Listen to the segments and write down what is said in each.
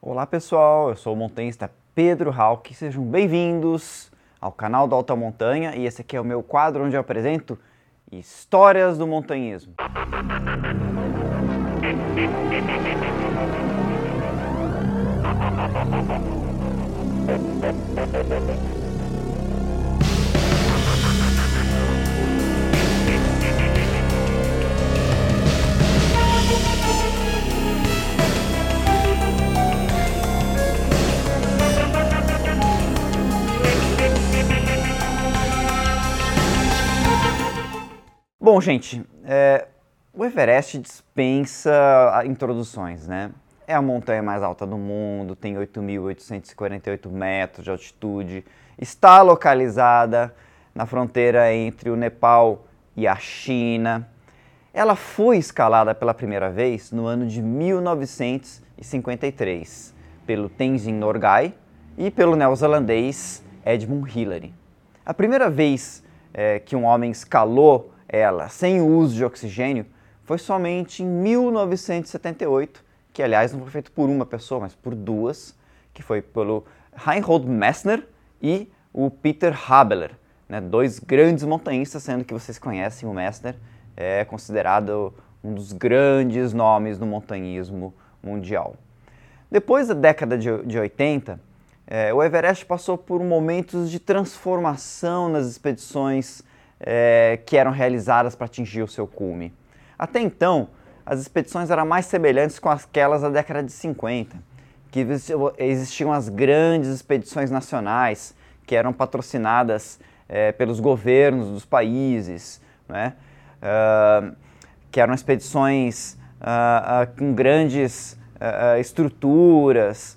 Olá pessoal, eu sou o montanhista Pedro Hauck, sejam bem-vindos ao canal do Alta Montanha e esse aqui é o meu quadro onde eu apresento histórias do montanhismo. Bom, gente, o Everest dispensa introduções, né? É a montanha mais alta do mundo, tem 8.848 metros de altitude, está localizada na fronteira entre o Nepal e a China. Ela foi escalada pela primeira vez no ano de 1953 pelo Tenzin Norgay e pelo neozelandês Edmund Hillary. A primeira vez que um homem escalou ela sem o uso de oxigênio foi somente em 1978, que aliás não foi feito por uma pessoa, mas por duas, que foi pelo Reinhold Messner e o Peter Habeler, né, dois grandes montanhistas, sendo que vocês conhecem o Messner, é considerado um dos grandes nomes do montanhismo mundial. Depois da década de 80, o Everest passou por momentos de transformação nas expedições que eram realizadas para atingir o seu cume. Até então, as expedições eram mais semelhantes com aquelas da década de 50, que existiam as grandes expedições nacionais, que eram patrocinadas pelos governos dos países, né? Que eram expedições com grandes estruturas,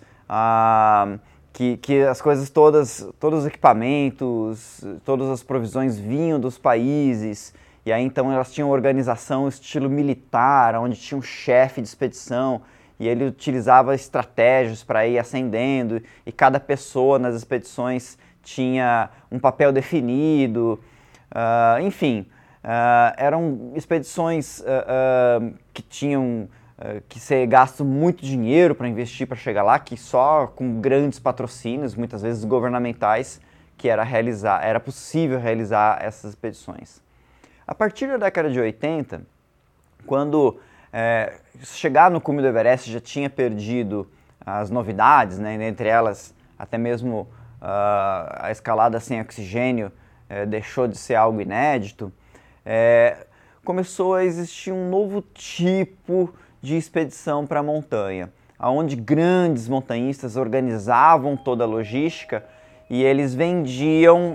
que as coisas todos os equipamentos, todas as provisões vinham dos países, e aí então elas tinham organização estilo militar, onde tinha um chefe de expedição, e ele utilizava estratégias para ir ascendendo, e cada pessoa nas expedições tinha um papel definido, enfim, eram expedições que tinham que ser gasto muito dinheiro para investir para chegar lá, que só com grandes patrocínios, muitas vezes governamentais, que era possível realizar essas expedições. A partir da década de 80, quando chegar no cume do Everest já tinha perdido as novidades, né, entre elas até mesmo a escalada sem oxigênio deixou de ser algo inédito, começou a existir um novo tipo de expedição para a montanha, onde grandes montanhistas organizavam toda a logística e eles vendiam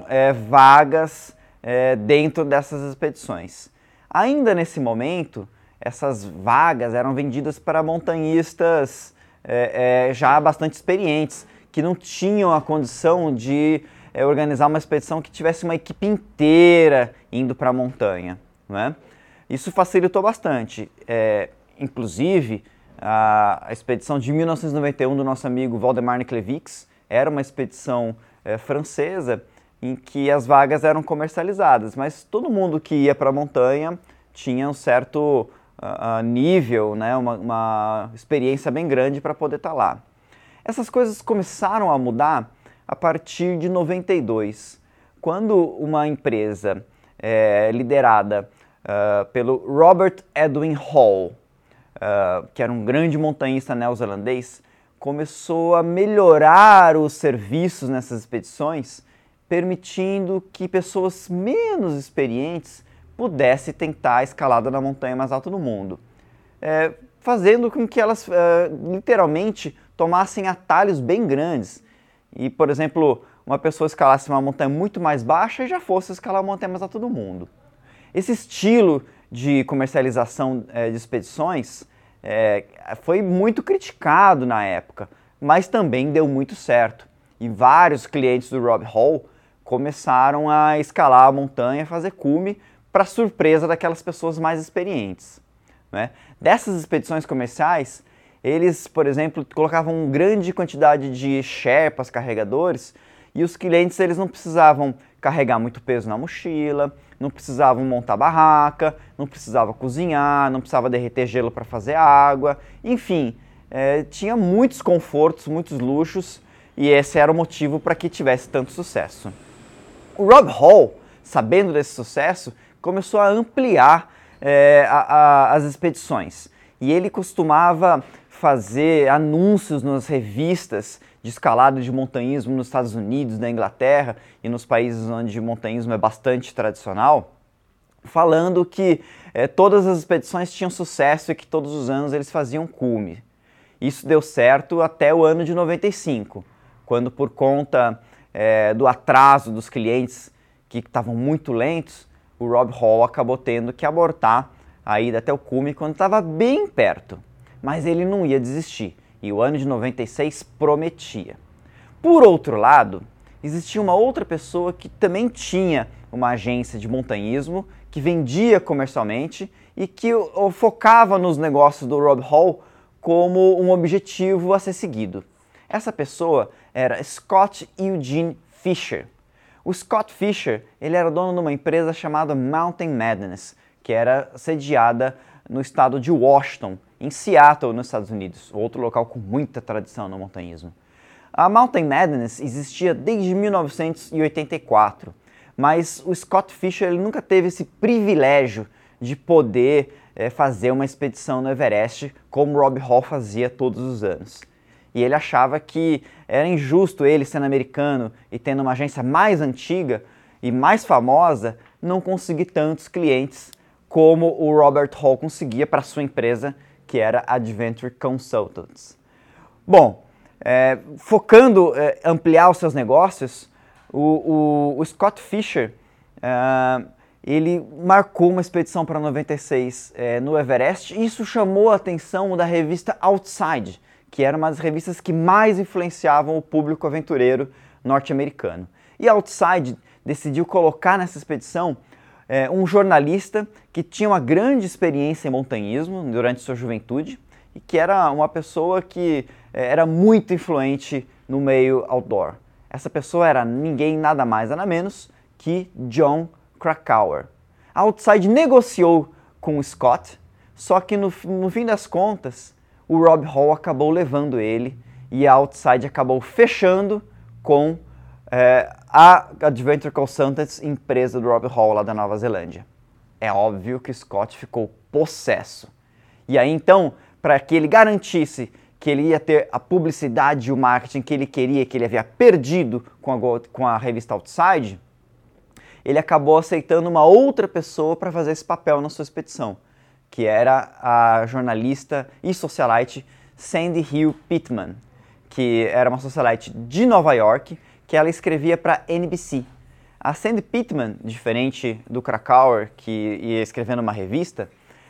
vagas dentro dessas expedições. Ainda nesse momento, essas vagas eram vendidas para montanhistas já bastante experientes, que não tinham a condição de organizar uma expedição que tivesse uma equipe inteira indo para a montanha, né? Isso facilitou bastante. Inclusive, a expedição de 1991 do nosso amigo Waldemar Niklevics era uma expedição francesa em que as vagas eram comercializadas, mas todo mundo que ia para a montanha tinha um certo nível, né, uma experiência bem grande para poder estar lá. Essas coisas começaram a mudar a partir de 92, quando uma empresa liderada pelo Robert Edwin Hall, que era um grande montanhista neozelandês, começou a melhorar os serviços nessas expedições, permitindo que pessoas menos experientes pudessem tentar a escalada na montanha mais alta do mundo, fazendo com que elas literalmente tomassem atalhos bem grandes. E, por exemplo, uma pessoa escalasse uma montanha muito mais baixa e já fosse escalar a montanha mais alta do mundo. Esse estilo de comercialização de expedições foi muito criticado na época, mas também deu muito certo. E vários clientes do Rob Hall começaram a escalar a montanha, fazer cume, para surpresa daquelas pessoas mais experientes, né? Dessas expedições comerciais, eles, por exemplo, colocavam uma grande quantidade de sherpas, carregadores, e os clientes eles não precisavam carregar muito peso na mochila, não precisavam montar barraca, não precisava cozinhar, não precisava derreter gelo para fazer água, enfim, tinha muitos confortos, muitos luxos, e esse era o motivo para que tivesse tanto sucesso. O Rob Hall, sabendo desse sucesso, começou a ampliar as expedições. E ele costumava fazer anúncios nas revistas de escalada de montanhismo nos Estados Unidos, na Inglaterra e nos países onde o montanhismo é bastante tradicional, falando que todas as expedições tinham sucesso e que todos os anos eles faziam cume. Isso deu certo até o ano de 95, quando por conta do atraso dos clientes que estavam muito lentos, o Rob Hall acabou tendo que abortar a ida até o cume quando estava bem perto. Mas ele não ia desistir, e o ano de 96 prometia. Por outro lado, existia uma outra pessoa que também tinha uma agência de montanhismo, que vendia comercialmente e que focava nos negócios do Rob Hall como um objetivo a ser seguido. Essa pessoa era Scott Eugene Fisher. O Scott Fisher, ele era dono de uma empresa chamada Mountain Madness, que era sediada no estado de Washington, em Seattle, nos Estados Unidos, outro local com muita tradição no montanhismo. A Mountain Madness existia desde 1984, mas o Scott Fisher ele nunca teve esse privilégio de poder fazer uma expedição no Everest como Rob Hall fazia todos os anos. E ele achava que era injusto ele, sendo americano e tendo uma agência mais antiga e mais famosa, não conseguir tantos clientes como o Robert Hall conseguia para sua empresa, que era Adventure Consultants. Bom, focando em ampliar os seus negócios, o Scott Fisher ele marcou uma expedição para 96 no Everest, e isso chamou a atenção da revista Outside, que era uma das revistas que mais influenciavam o público aventureiro norte-americano. E a Outside decidiu colocar nessa expedição um jornalista que tinha uma grande experiência em montanhismo durante sua juventude e que era uma pessoa que era muito influente no meio outdoor. Essa pessoa era ninguém nada mais nada menos que Jon Krakauer. A Outside negociou com o Scott, só que no fim das contas o Rob Hall acabou levando ele e a Outside acabou fechando com a Adventure Consultants, empresa do Rob Hall lá da Nova Zelândia. É óbvio que Scott ficou possesso. E aí então, para que ele garantisse que ele ia ter a publicidade e o marketing que ele queria, que ele havia perdido com a revista Outside, ele acabou aceitando uma outra pessoa para fazer esse papel na sua expedição, que era a jornalista e socialite Sandy Hill Pittman, que era uma socialite de Nova York, que ela escrevia para NBC. A Sandy Pittman, diferente do Krakauer, que ia escrevendo uma revista,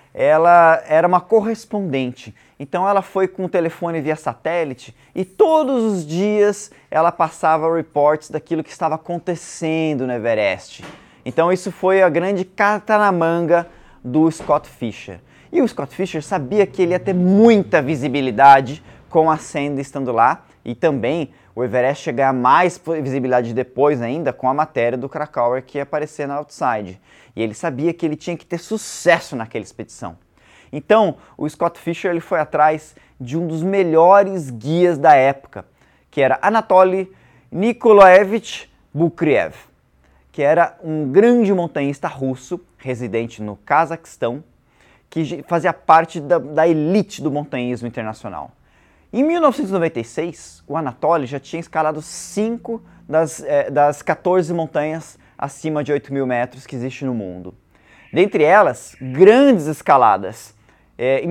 ela era uma correspondente. Então ela foi com o telefone via satélite e todos os dias ela passava reports daquilo que estava acontecendo no Everest. Então isso foi a grande carta na manga do Scott Fisher. E o Scott Fisher sabia que ele ia ter muita visibilidade com a Sandy estando lá, e também o Everest ia ganhar mais visibilidade depois ainda com a matéria do Krakauer que ia aparecer na Outside. E ele sabia que ele tinha que ter sucesso naquela expedição. Então, o Scott Fisher ele foi atrás de um dos melhores guias da época, que era Anatoly Nikolaevich Bukriev, que era um grande montanhista russo, residente no Cazaquistão, que fazia parte da elite do montanhismo internacional. Em 1996, o Anatoly já tinha escalado 5 das 14 montanhas acima de 8.000 metros que existem no mundo. Dentre elas, grandes escaladas. Em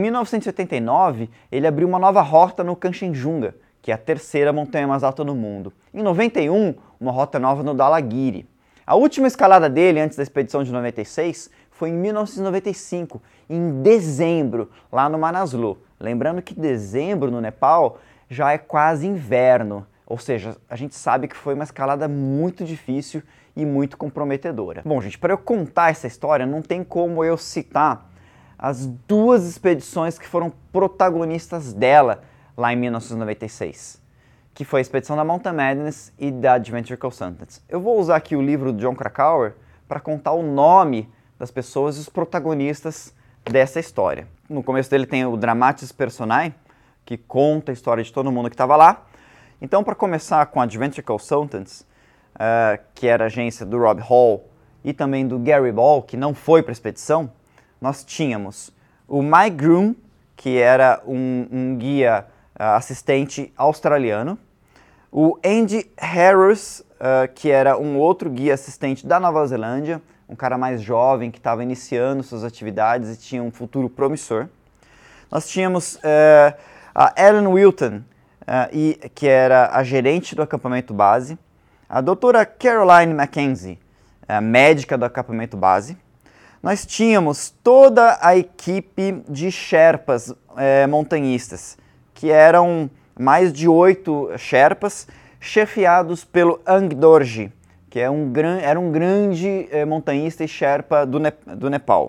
1989, ele abriu uma nova rota no Kanchenjunga, que é a terceira montanha mais alta do mundo. Em 91, uma rota nova no Dhaulagiri. A última escalada dele, antes da expedição de 96, foi em 1995, em dezembro, lá no Manaslu. Lembrando que dezembro no Nepal já é quase inverno, ou seja, a gente sabe que foi uma escalada muito difícil e muito comprometedora. Bom, gente, para eu contar essa história, não tem como eu citar as 2 expedições que foram protagonistas dela lá em 1996, que foi a expedição da Mountain Madness e da Adventure Consultants. Eu vou usar aqui o livro do Jon Krakauer para contar o nome das pessoas e os protagonistas dessa história. No começo dele tem o Dramatis Personae, que conta a história de todo mundo que estava lá. Então, para começar com a Adventure Consultants, que era a agência do Rob Hall e também do Gary Ball, que não foi para a expedição, nós tínhamos o Mike Groom, que era um guia assistente australiano, o Andy Harris, que era um outro guia assistente da Nova Zelândia, um cara mais jovem que estava iniciando suas atividades e tinha um futuro promissor. Nós tínhamos a Ellen Wilton, que era a gerente do acampamento base, a doutora Caroline Mackenzie, médica do acampamento base. Nós tínhamos toda a equipe de Sherpas montanhistas, que eram mais de 8 Sherpas, chefiados pelo Ang Dorji, que era um grande montanhista e Sherpa do Nepal.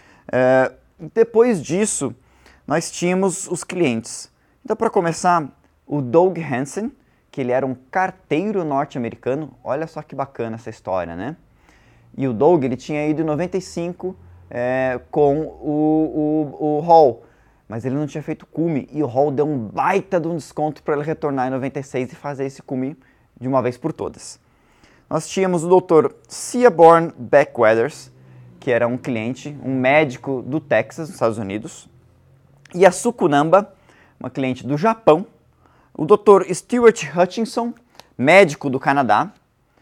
Depois disso, nós tínhamos os clientes. Então, para começar, o Doug Hansen, que ele era um carteiro norte-americano. Olha só que bacana essa história, né? E o Doug, ele tinha ido em 95 com o Hall, mas ele não tinha feito cume, e o Hall deu um baita de um desconto para ele retornar em 96 e fazer esse cume de uma vez por todas. Nós tínhamos o Dr. Seaborn Beckweathers, que era um cliente, um médico do Texas, nos Estados Unidos, e a Sukunamba, uma cliente do Japão, o Dr. Stuart Hutchinson, médico do Canadá,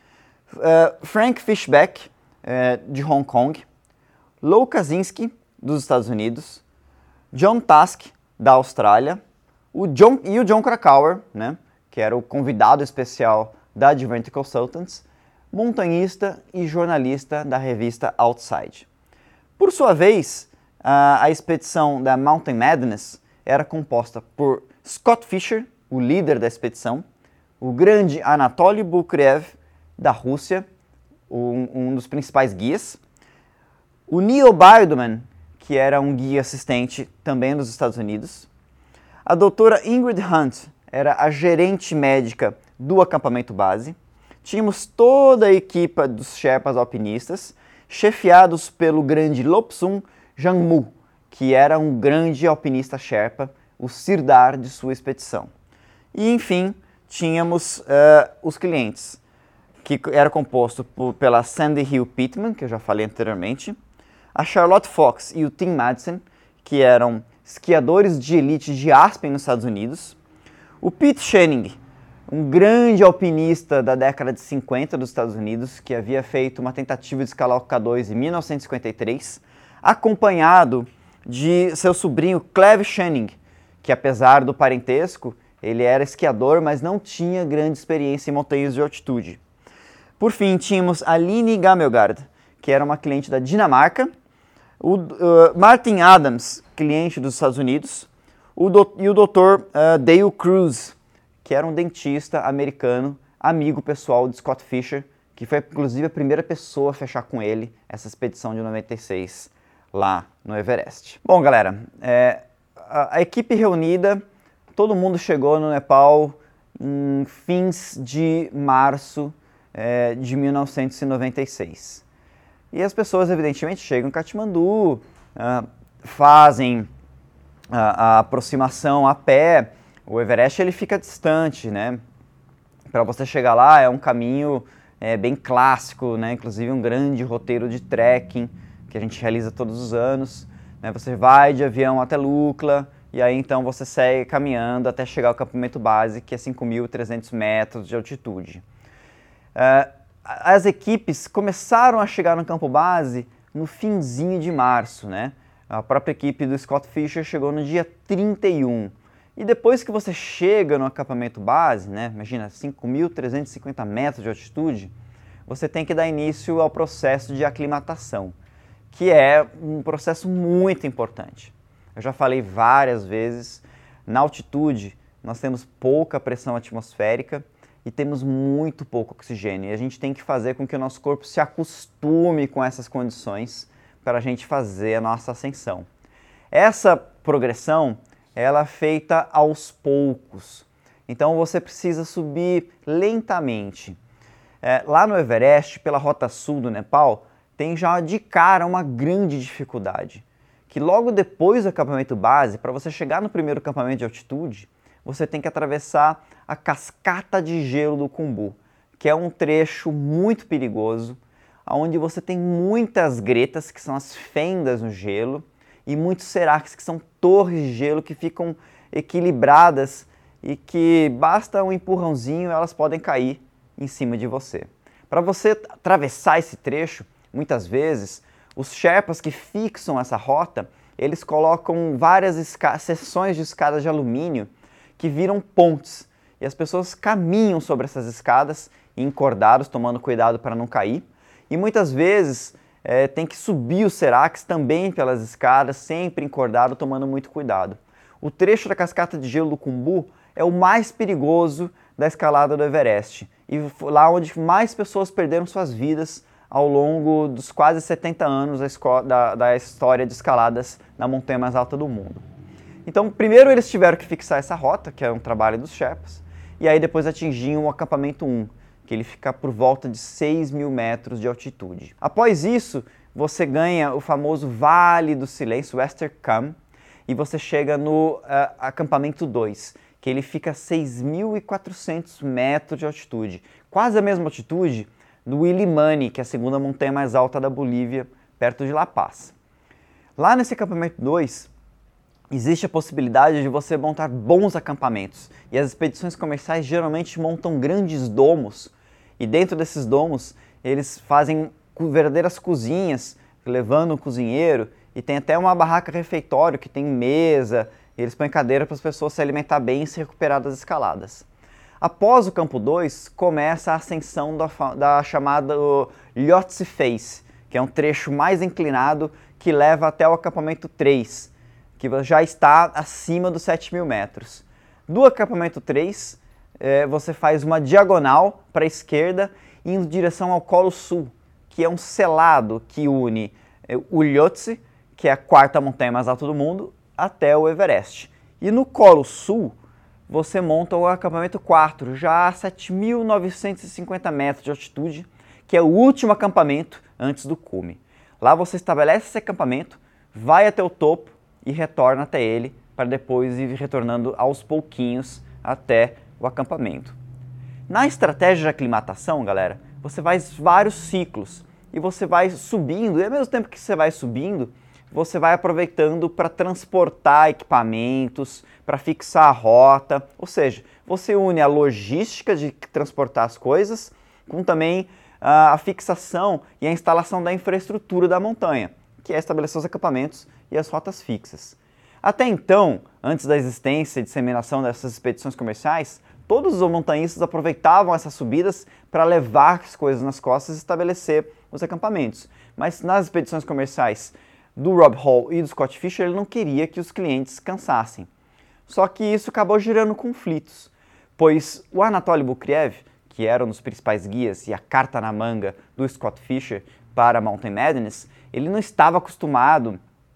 Frank Fishback, de Hong Kong, Lou Kaczynski, dos Estados Unidos, John Task, da Austrália, o John Krakauer, né, que era o convidado especial da Adventure Consultants, montanhista e jornalista da revista Outside. Por sua vez, a expedição da Mountain Madness era composta por Scott Fischer, o líder da expedição, o grande Anatoly Bukrev, da Rússia, um dos principais guias, o Neil Bideman, que era um guia assistente também dos Estados Unidos, a doutora Ingrid Hunt era a gerente médica do acampamento base, tínhamos toda a equipe dos Sherpas alpinistas, chefiados pelo grande Lobsang Jangmu, que era um grande alpinista Sherpa, o Sirdar de sua expedição. E, enfim, tínhamos os clientes, que era composto pela Sandy Hill Pittman, que eu já falei anteriormente, a Charlotte Fox e o Tim Madsen, que eram esquiadores de elite de Aspen, nos Estados Unidos, o Pete Schoening, um grande alpinista da década de 50 dos Estados Unidos, que havia feito uma tentativa de escalar o K2 em 1953, acompanhado de seu sobrinho Cleve Schoening, que apesar do parentesco, ele era esquiador, mas não tinha grande experiência em montanhas de altitude. Por fim, tínhamos a Line Gamelgard, que era uma cliente da Dinamarca, o Martin Adams, cliente dos Estados Unidos, e o Dr. Dale Cruz, que era um dentista americano, amigo pessoal de Scott Fischer, que foi inclusive a primeira pessoa a fechar com ele essa expedição de 96 lá no Everest. Bom, galera, a equipe reunida, todo mundo chegou no Nepal em fins de março de 1996. E as pessoas, evidentemente, chegam em Katmandu, fazem a aproximação a pé. O Everest ele fica distante, né? Para você chegar lá é um caminho bem clássico, né? Inclusive um grande roteiro de trekking que a gente realiza todos os anos. Né? Você vai de avião até Lukla e aí então você segue caminhando até chegar ao acampamento base, que é 5.300 metros de altitude. As equipes começaram a chegar no campo base no finzinho de março, né? A própria equipe do Scott Fischer chegou no dia 31. E depois que você chega no acampamento base, né? Imagina, 5.350 metros de altitude, você tem que dar início ao processo de aclimatação, que é um processo muito importante. Eu já falei várias vezes, na altitude nós temos pouca pressão atmosférica e temos muito pouco oxigênio. E a gente tem que fazer com que o nosso corpo se acostume com essas condições para a gente fazer a nossa ascensão. Essa progressão, ela é feita aos poucos. Então você precisa subir lentamente. Lá no Everest, pela Rota Sul do Nepal, tem já de cara uma grande dificuldade, que logo depois do acampamento base, para você chegar no primeiro acampamento de altitude, você tem que atravessar a cascata de gelo do Khumbu, que é um trecho muito perigoso, onde você tem muitas gretas, que são as fendas no gelo, e muitos seracs, que são torres de gelo que ficam equilibradas e que basta um empurrãozinho elas podem cair em cima de você. Para você atravessar esse trecho, muitas vezes, os Sherpas que fixam essa rota, eles colocam várias seções de escadas de alumínio que viram pontes. E as pessoas caminham sobre essas escadas encordados, tomando cuidado para não cair. E muitas vezes tem que subir os seracs também pelas escadas, sempre encordado, tomando muito cuidado. O trecho da cascata de gelo do Khumbu é o mais perigoso da escalada do Everest. E lá onde mais pessoas perderam suas vidas ao longo dos quase 70 anos da história de escaladas na montanha mais alta do mundo. Então, primeiro eles tiveram que fixar essa rota, que é um trabalho dos Sherpas, e aí depois atingiam o acampamento 1, que ele fica por volta de 6.000 metros de altitude. Após isso, você ganha o famoso Vale do Silêncio, Western Cam, e você chega no acampamento 2, que ele fica a 6.400 metros de altitude, quase a mesma altitude do Illimani, que é a segunda montanha mais alta da Bolívia, perto de La Paz. Lá nesse acampamento 2, existe a possibilidade de você montar bons acampamentos, e as expedições comerciais geralmente montam grandes domos, e dentro desses domos eles fazem verdadeiras cozinhas, levando um cozinheiro, e tem até uma barraca refeitório que tem mesa, e eles põem cadeira para as pessoas se alimentar bem e se recuperar das escaladas. Após o campo 2, começa a ascensão da chamada Lhotse Face, que é um trecho mais inclinado que leva até o acampamento 3, que já está acima dos 7.000 metros. Do acampamento 3, você faz uma diagonal para a esquerda, indo em direção ao Colo Sul, que é um selado que une o Lhotse, que é a quarta montanha mais alta do mundo, até o Everest. E no Colo Sul, você monta o acampamento 4, já a 7.950 metros de altitude, que é o último acampamento antes do cume. Lá você estabelece esse acampamento, vai até o topo e retorna até ele, para depois ir retornando aos pouquinhos até o acampamento. Na estratégia de aclimatação, galera, você faz vários ciclos e você vai subindo, e ao mesmo tempo que você vai subindo, você vai aproveitando para transportar equipamentos, para fixar a rota, ou seja, você une a logística de transportar as coisas com também a fixação e a instalação da infraestrutura da montanha, que é estabelecer os acampamentos e as rotas fixas. Até então, antes da existência e disseminação dessas expedições comerciais, todos os montanhistas aproveitavam essas subidas para levar as coisas nas costas e estabelecer os acampamentos. Mas nas expedições comerciais do Rob Hall e do Scott Fischer, ele não queria que os clientes cansassem. Só que isso acabou gerando conflitos, pois o Anatoly Bukriev, que era um dos principais guias e a carta na manga do Scott Fischer para Mountain Madness, ele não estava acostumado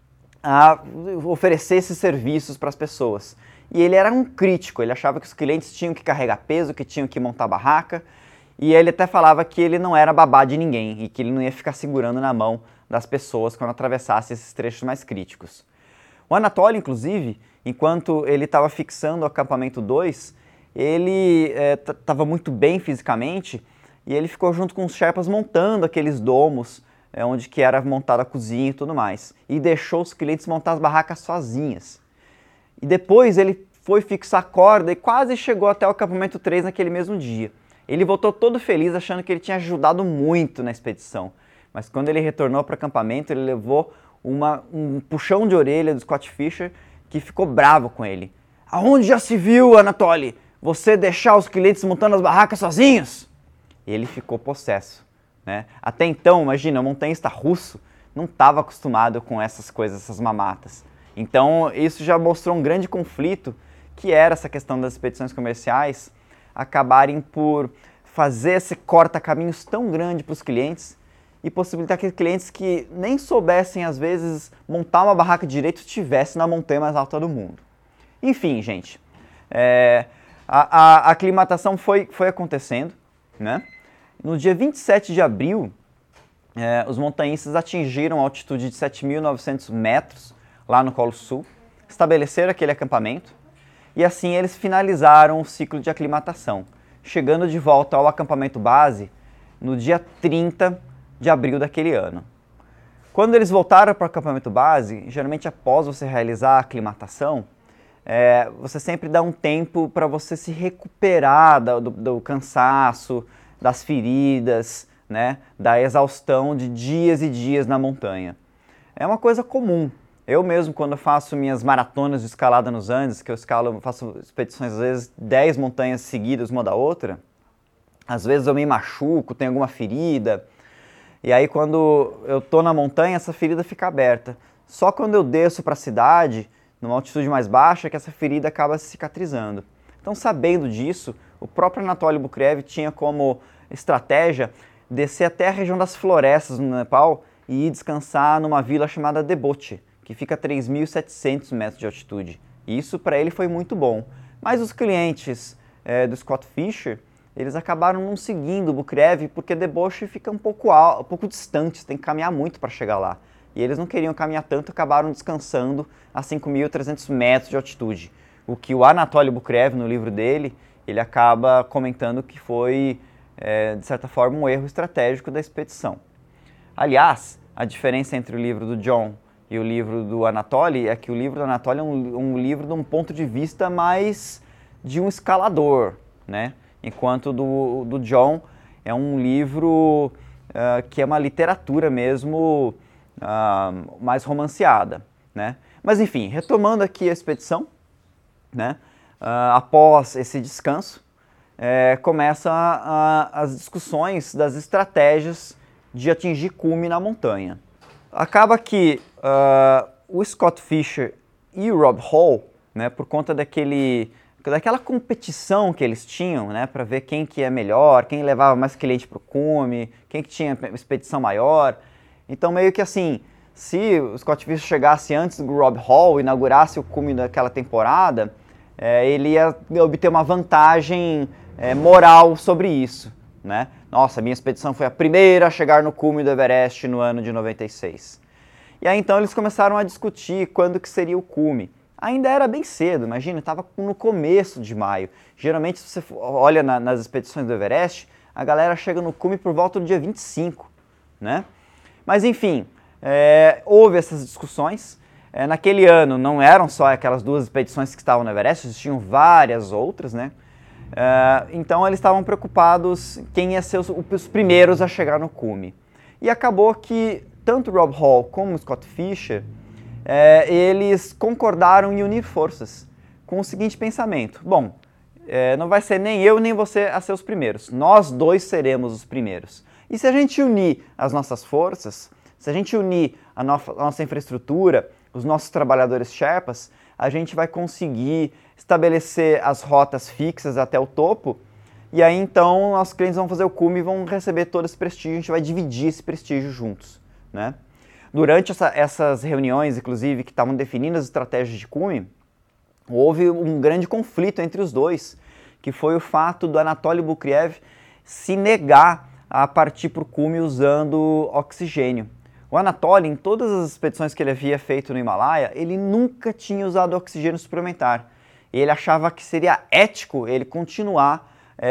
a oferecer esses serviços para as pessoas. E ele era um crítico, ele achava que os clientes tinham que carregar peso, que tinham que montar barraca, e ele até falava que ele não era babá de ninguém e que ele não ia ficar segurando na mão das pessoas quando atravessasse esses trechos mais críticos. O Anatoly, inclusive, enquanto ele estava fixando o acampamento 2, ele estava muito bem fisicamente e ele ficou junto com os Sherpas montando aqueles domos onde que era montada a cozinha e tudo mais, e deixou os clientes montar as barracas sozinhas. E depois ele foi fixar a corda e quase chegou até o acampamento 3 naquele mesmo dia. Ele voltou todo feliz, achando que ele tinha ajudado muito na expedição. Mas quando ele retornou para o acampamento, ele levou um puxão de orelha do Scott Fischer, que ficou bravo com ele. "Aonde já se viu, Anatoly, você deixar os clientes montando as barracas sozinhos?" E ele ficou possesso, né? Até então, imagina, o montanhista russo não estava acostumado com essas coisas, essas mamatas. Então isso já mostrou um grande conflito, que era essa questão das expedições comerciais acabarem por fazer esse corta-caminhos tão grande para os clientes e possibilitar que clientes que nem soubessem, às vezes, montar uma barraca direito estivessem na montanha mais alta do mundo. Enfim, gente, a aclimatação foi acontecendo, né? No dia 27 de abril, os montanhistas atingiram a altitude de 7.900 metros, lá no Colo Sul, estabeleceram aquele acampamento e assim eles finalizaram o ciclo de aclimatação, chegando de volta ao acampamento base no dia 30 de abril daquele ano. Quando eles voltaram para o acampamento base, geralmente após você realizar a aclimatação, você sempre dá um tempo para você se recuperar do cansaço, das feridas, né, da exaustão de dias e dias na montanha. É uma coisa comum. Eu mesmo, quando eu faço minhas maratonas de escalada nos Andes, que eu faço expedições às vezes 10 montanhas seguidas uma da outra, às vezes eu me machuco, tenho alguma ferida, e aí quando eu tô na montanha essa ferida fica aberta. Só quando eu desço para a cidade, numa altitude mais baixa, que essa ferida acaba se cicatrizando. Então, sabendo disso, o próprio Anatoly Bukrev tinha como estratégia descer até a região das florestas no Nepal e ir descansar numa vila chamada Deboche, que fica a 3.700 metros de altitude. E isso para ele foi muito bom. Mas os clientes do Scott Fischer, eles acabaram não seguindo o Bukrev porque Deboche fica um pouco distante, você tem que caminhar muito para chegar lá. E eles não queriam caminhar tanto, acabaram descansando a 5.300 metros de altitude. O que o Anatoly Bukrev, no livro dele, ele acaba comentando que foi, de certa forma, um erro estratégico da expedição. Aliás, a diferença entre o livro do John e o livro do Anatoly é que o livro do Anatoly é um livro de um ponto de vista mais de um escalador, né? Enquanto do John é um livro que é uma literatura mesmo mais romanceada, né? Mas enfim, retomando aqui a expedição, né? Após esse descanso, começam as discussões das estratégias de atingir cume na montanha. Acaba que o Scott Fischer e o Rob Hall, né, por conta daquela competição que eles tinham, né, para ver quem que é melhor, quem levava mais cliente para o cume, quem que tinha expedição maior. Então meio que assim, se o Scott Fischer chegasse antes do Rob Hall, inaugurasse o cume daquela temporada, ele ia obter uma vantagem moral sobre isso, né? Nossa, minha expedição foi a primeira a chegar no cume do Everest no ano de 96. E aí então eles começaram a discutir quando que seria o cume. Ainda era bem cedo, imagina, estava no começo de maio. Geralmente, se você olha nas expedições do Everest, a galera chega no cume por volta do dia 25, né? Mas enfim, houve essas discussões. Naquele ano não eram só aquelas duas expedições que estavam no Everest, existiam várias outras, né? Então eles estavam preocupados quem ia ser os primeiros a chegar no cume. E acabou que tanto Rob Hall como Scott Fischer, eles concordaram em unir forças com o seguinte pensamento: bom, não vai ser nem eu nem você a ser os primeiros, nós dois seremos os primeiros. E se a gente unir as nossas forças, se a gente unir a nossa infraestrutura, os nossos trabalhadores Sherpas, a gente vai conseguir estabelecer as rotas fixas até o topo, e aí então nossos clientes vão fazer o cume e vão receber todo esse prestígio, a gente vai dividir esse prestígio juntos, né? Durante essas reuniões, inclusive, que estavam definindo as estratégias de cume, houve um grande conflito entre os dois, que foi o fato do Anatoly Bukrev se negar a partir para o cume usando oxigênio. O Anatoly, em todas as expedições que ele havia feito no Himalaia, ele nunca tinha usado oxigênio suplementar. Ele achava que seria ético ele continuar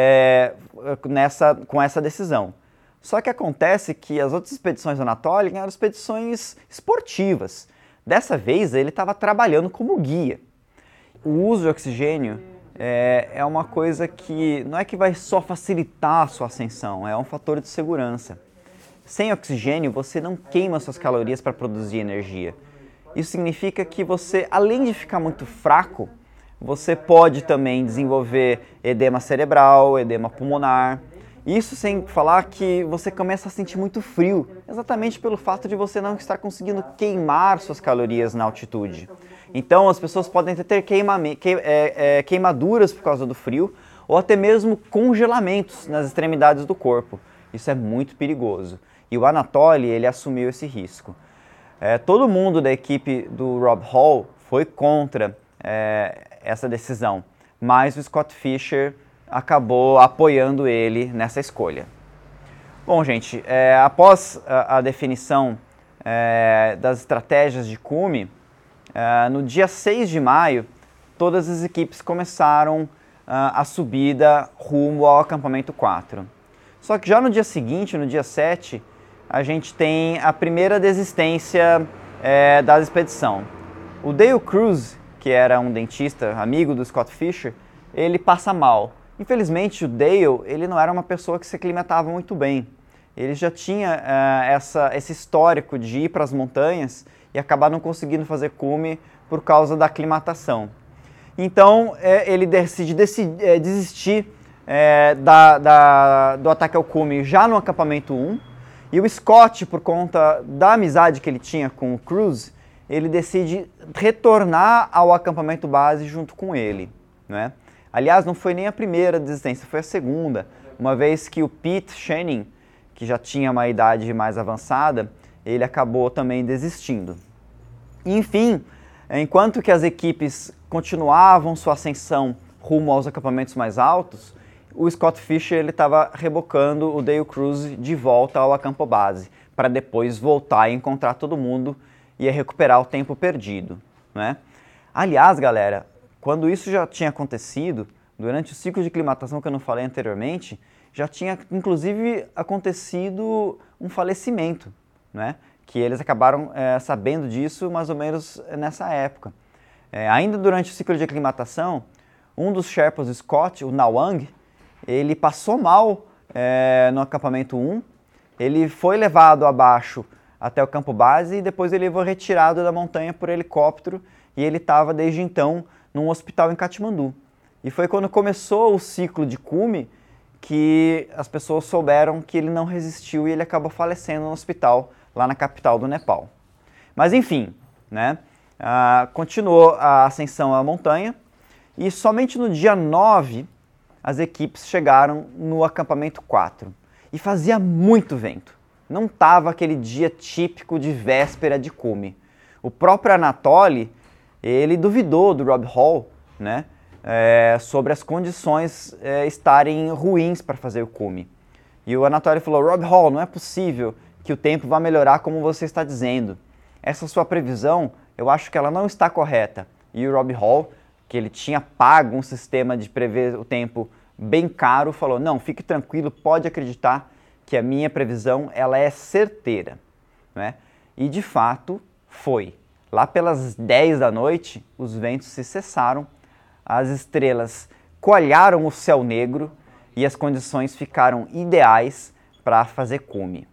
com essa decisão. Só que acontece que as outras expedições do Anatoly eram expedições esportivas. Dessa vez ele estava trabalhando como guia. O uso de oxigênio é uma coisa que não é que vai só facilitar a sua ascensão, é um fator de segurança. Sem oxigênio você não queima suas calorias para produzir energia. Isso significa que você, além de ficar muito fraco, você pode também desenvolver edema cerebral, edema pulmonar. Isso sem falar que você começa a sentir muito frio, exatamente pelo fato de você não estar conseguindo queimar suas calorias na altitude. Então as pessoas podem ter queimaduras por causa do frio, ou até mesmo congelamentos nas extremidades do corpo. Isso é muito perigoso. E o Anatoly, ele assumiu esse risco. Todo mundo da equipe do Rob Hall foi contra essa decisão, mas o Scott Fischer acabou apoiando ele nessa escolha. Bom, gente, após a definição das estratégias de cume, No dia 6 de maio, todas as equipes começaram a subida rumo ao acampamento 4. Só que já no dia seguinte, no dia 7, a gente tem a primeira desistência da expedição. O Dale Cruz, que era um dentista, amigo do Scott Fisher, ele passa mal. Infelizmente, o Dale, ele não era uma pessoa que se aclimatava muito bem. Ele já tinha esse histórico de ir para as montanhas e acabar não conseguindo fazer cume por causa da aclimatação. Então, ele decide desistir do ataque ao cume já no acampamento 1. E o Scott, por conta da amizade que ele tinha com o Cruz, ele decide retornar ao acampamento base junto com ele, né? Aliás, não foi nem a primeira desistência, foi a segunda, uma vez que o Pete Channing, que já tinha uma idade mais avançada, ele acabou também desistindo. Enfim, enquanto que as equipes continuavam sua ascensão rumo aos acampamentos mais altos, o Scott Fisher estava rebocando o Dale Cruz de volta ao acampo base, para depois voltar e encontrar todo mundo e recuperar o tempo perdido, né? Aliás, galera, quando isso já tinha acontecido, durante o ciclo de aclimatação que eu não falei anteriormente, já tinha inclusive acontecido um falecimento, né? Que eles acabaram sabendo disso mais ou menos nessa época. Ainda durante o ciclo de aclimatação, um dos Sherpas do Scott, o Nawang, ele passou mal no acampamento 1, ele foi levado abaixo até o campo base e depois ele foi retirado da montanha por helicóptero e ele estava desde então num hospital em Katmandu. E foi quando começou o ciclo de cume que as pessoas souberam que ele não resistiu e ele acabou falecendo no hospital lá na capital do Nepal. Mas enfim, né, continuou a ascensão à montanha e somente no dia 9 as equipes chegaram no acampamento 4 e fazia muito vento. Não estava aquele dia típico de véspera de cume. O próprio Anatoly, ele duvidou do Rob Hall, né, sobre as condições estarem ruins para fazer o cume. E o Anatoly falou: Rob Hall, não é possível que o tempo vá melhorar como você está dizendo. Essa sua previsão, eu acho que ela não está correta. E o Rob Hall, que ele tinha pago um sistema de prever o tempo bem caro, falou: não, fique tranquilo, pode acreditar que a minha previsão ela é certeira, né? E de fato foi. Lá pelas 10 da noite, os ventos se cessaram, as estrelas coalharam o céu negro e as condições ficaram ideais para fazer cume.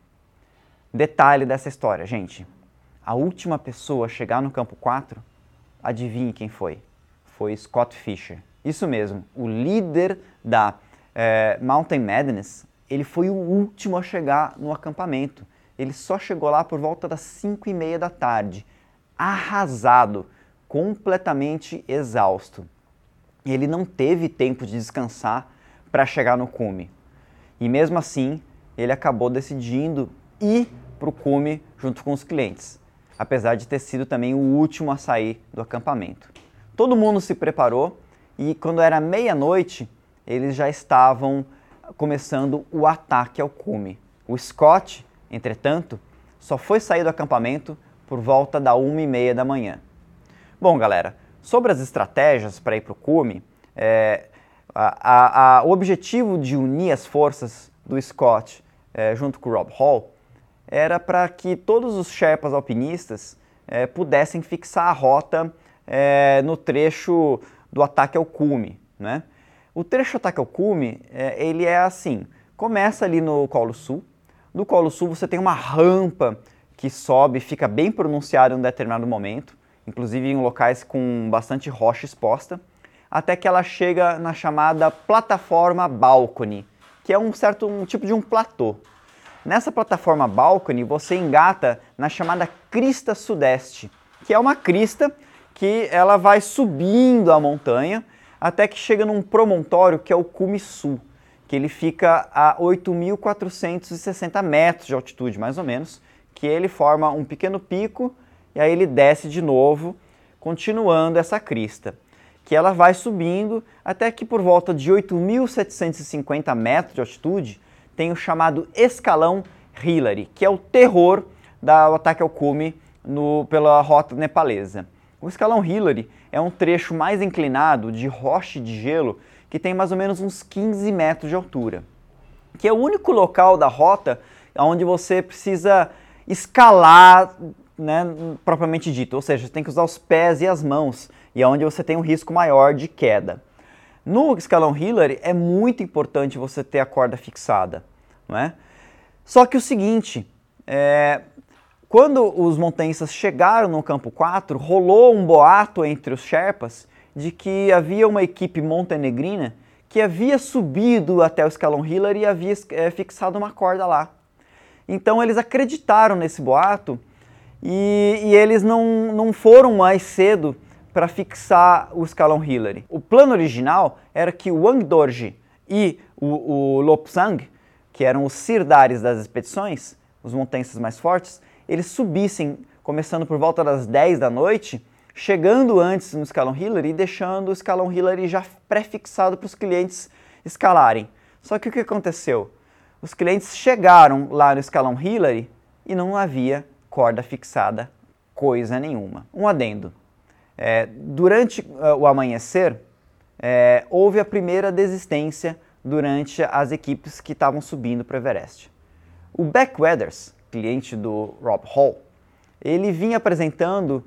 Detalhe dessa história, gente. A última pessoa a chegar no campo 4, adivinhe quem foi? Foi Scott Fisher. Isso mesmo, o líder da Mountain Madness, ele foi o último a chegar no acampamento. Ele só chegou lá por volta das 5:30 da tarde, arrasado, completamente exausto. Ele não teve tempo de descansar para chegar no cume. E mesmo assim, ele acabou decidindo ir para o cume junto com os clientes, apesar de ter sido também o último a sair do acampamento. Todo mundo se preparou e quando era meia-noite, eles já estavam começando o ataque ao cume. O Scott, entretanto, só foi sair do acampamento por volta da 1:30 da manhã. Bom, galera, sobre as estratégias para ir para o cume, o objetivo de unir as forças do Scott junto com o Rob Hall era para que todos os Sherpas alpinistas pudessem fixar a rota no trecho do ataque ao cume, né? O trecho ataque ao cume, ele é assim, começa ali no Colo Sul, do Colo Sul você tem uma rampa que sobe, fica bem pronunciada em um determinado momento, inclusive em locais com bastante rocha exposta, até que ela chega na chamada plataforma balcony, que é um tipo de um platô. Nessa plataforma balcony você engata na chamada crista sudeste, que é uma crista que ela vai subindo a montanha até que chega num promontório que é o Cume Sul, que ele fica a 8.460 metros de altitude, mais ou menos, que ele forma um pequeno pico e aí ele desce de novo, continuando essa crista, que ela vai subindo até que por volta de 8.750 metros de altitude tem o chamado escalão Hillary, que é o terror do ataque ao cume pela rota nepalesa. O escalão Hillary é um trecho mais inclinado de rocha e de gelo que tem mais ou menos uns 15 metros de altura, que é o único local da rota onde você precisa escalar, né, propriamente dito, ou seja, você tem que usar os pés e as mãos, e é onde você tem um risco maior de queda. No escalão Hillary é muito importante você ter a corda fixada, não é? Só que o seguinte, quando os montanhistas chegaram no campo 4, rolou um boato entre os Sherpas de que havia uma equipe montenegrina que havia subido até o escalão Hillary e havia fixado uma corda lá. Então eles acreditaram nesse boato e eles não foram mais cedo para fixar o escalão Hillary. O plano original era que o Wang Dorje e o Lopsang, que eram os sirdares das expedições, os montanhistas mais fortes, eles subissem, começando por volta das 10 da noite, chegando antes no escalão Hillary e deixando o escalão Hillary já pré-fixado para os clientes escalarem. Só que o que aconteceu? Os clientes chegaram lá no escalão Hillary e não havia corda fixada, coisa nenhuma. Um adendo. Durante o amanhecer, houve a primeira desistência durante as equipes que estavam subindo para o Everest. O Beck Weathers, cliente do Rob Hall, ele vinha apresentando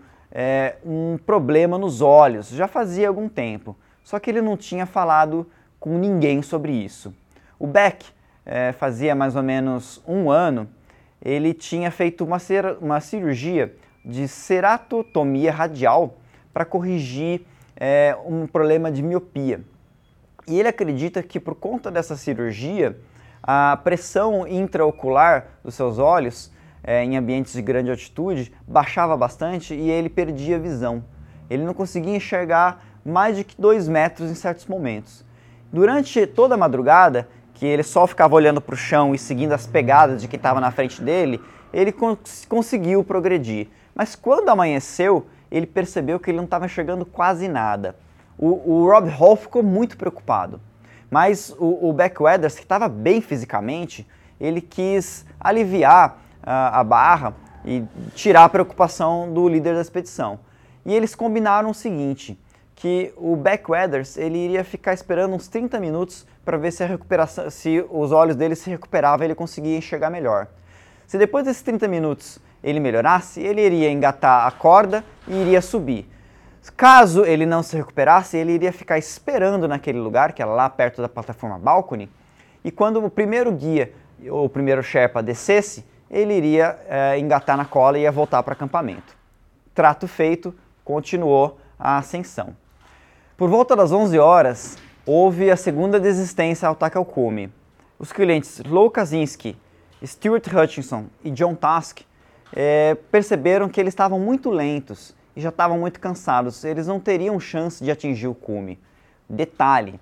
um problema nos olhos, já fazia algum tempo, só que ele não tinha falado com ninguém sobre isso. O Beck, fazia mais ou menos um ano, ele tinha feito uma cirurgia de ceratotomia radial para corrigir um problema de miopia. E ele acredita que por conta dessa cirurgia, a pressão intraocular dos seus olhos em ambientes de grande altitude baixava bastante e ele perdia a visão. Ele não conseguia enxergar mais de 2 metros em certos momentos. Durante toda a madrugada, que ele só ficava olhando para o chão e seguindo as pegadas de quem estava na frente dele, ele conseguiu progredir. Mas quando amanheceu, ele percebeu que ele não estava enxergando quase nada. O Rob Hall ficou muito preocupado, mas o Beck Weathers, que estava bem fisicamente, ele quis aliviar a barra e tirar a preocupação do líder da expedição. E eles combinaram o seguinte, que o Beck Weathers ele iria ficar esperando uns 30 minutos para ver se se os olhos dele se recuperavam e ele conseguia enxergar melhor. Se depois desses 30 minutos ele melhorasse, ele iria engatar a corda e iria subir. Caso ele não se recuperasse, ele iria ficar esperando naquele lugar, que era lá perto da plataforma Balcony, e quando o primeiro guia, ou o primeiro Sherpa descesse, ele iria engatar na cola e ia voltar para o acampamento. Trato feito, continuou a ascensão. Por volta das 11 horas, houve a segunda desistência ao ataque ao cume. Os clientes Lou Kaczynski, Stuart Hutchinson e John Task perceberam que eles estavam muito lentos e já estavam muito cansados, eles não teriam chance de atingir o cume. Detalhe,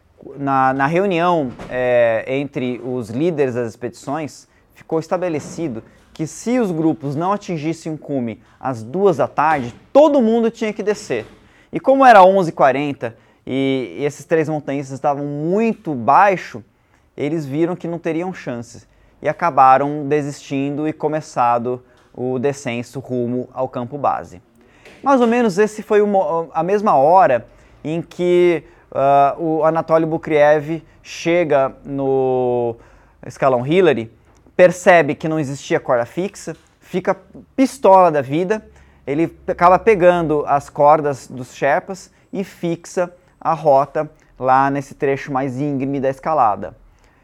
na reunião entre os líderes das expedições, ficou estabelecido que se os grupos não atingissem o cume às 2 da tarde, todo mundo tinha que descer. E como era 11h40 e esses 3 montanhistas estavam muito baixo, eles viram que não teriam chances e acabaram desistindo e começado o descenso rumo ao campo base. Mais ou menos esse foi a mesma hora em que o Anatoly Bukriev chega no escalão Hillary, percebe que não existia corda fixa, fica pistola da vida, ele acaba pegando as cordas dos Sherpas e fixa a rota lá nesse trecho mais íngreme da escalada.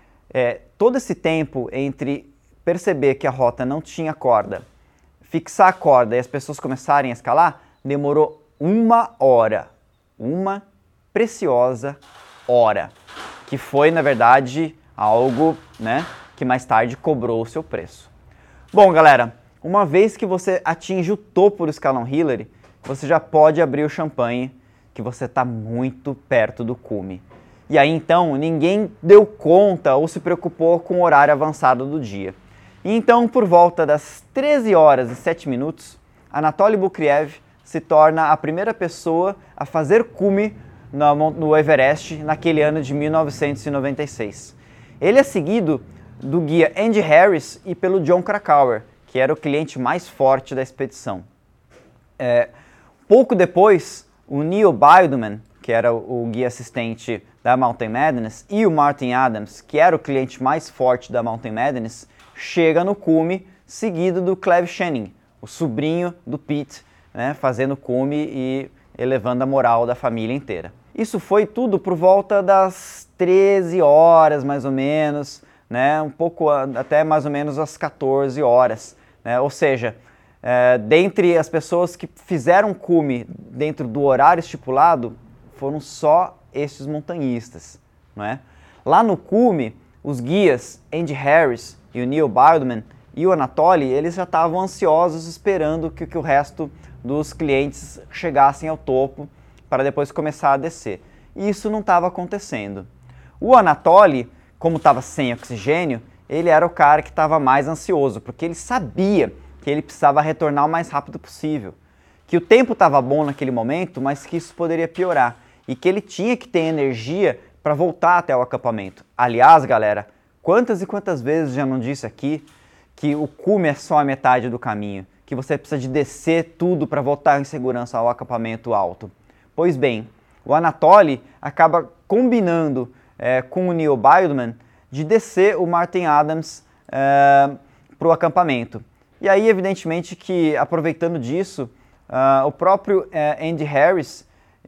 Todo esse tempo entre perceber que a rota não tinha corda, fixar a corda e as pessoas começarem a escalar, demorou 1 hora, uma preciosa hora, que foi, na verdade, algo, né, que mais tarde cobrou o seu preço. Bom, galera, uma vez que você atinge o topo do escalão Hillary, você já pode abrir o champanhe, que você está muito perto do cume. E aí, então, ninguém deu conta ou se preocupou com o horário avançado do dia. E então, por volta das 13 horas e 7 minutos, Anatoly Bukriev se torna a primeira pessoa a fazer cume no Everest naquele ano de 1996. Ele é seguido do guia Andy Harris e pelo John Krakauer, que era o cliente mais forte da expedição. Pouco depois, o Neil Bioduman, que era o guia assistente da Mountain Madness, e o Martin Adams, que era o cliente mais forte da Mountain Madness, chega no cume, seguido do Cleve Channing, o sobrinho do Pete, né, fazendo cume e elevando a moral da família inteira. Isso foi tudo por volta das 13 horas, mais ou menos, né, um pouco até mais ou menos às 14 horas. Né, ou seja, dentre as pessoas que fizeram cume dentro do horário estipulado, foram só estes montanhistas. Não é? Lá no cume, os guias Andy Harris e o Neil Bioduman e o Anatoly, eles já estavam ansiosos esperando que o resto dos clientes chegassem ao topo para depois começar a descer. E isso não estava acontecendo. O Anatoly, como estava sem oxigênio, ele era o cara que estava mais ansioso, porque ele sabia que ele precisava retornar o mais rápido possível. Que o tempo estava bom naquele momento, mas que isso poderia piorar. E que ele tinha que ter energia para voltar até o acampamento. Aliás, galera, quantas e quantas vezes já não disse aqui que o cume é só a metade do caminho, que você precisa de descer tudo para voltar em segurança ao acampamento alto. Pois bem, o Anatoly acaba combinando com o Neil Bioduman de descer o Martin Adams para o acampamento. E aí, evidentemente, que aproveitando disso, o próprio Andy Harris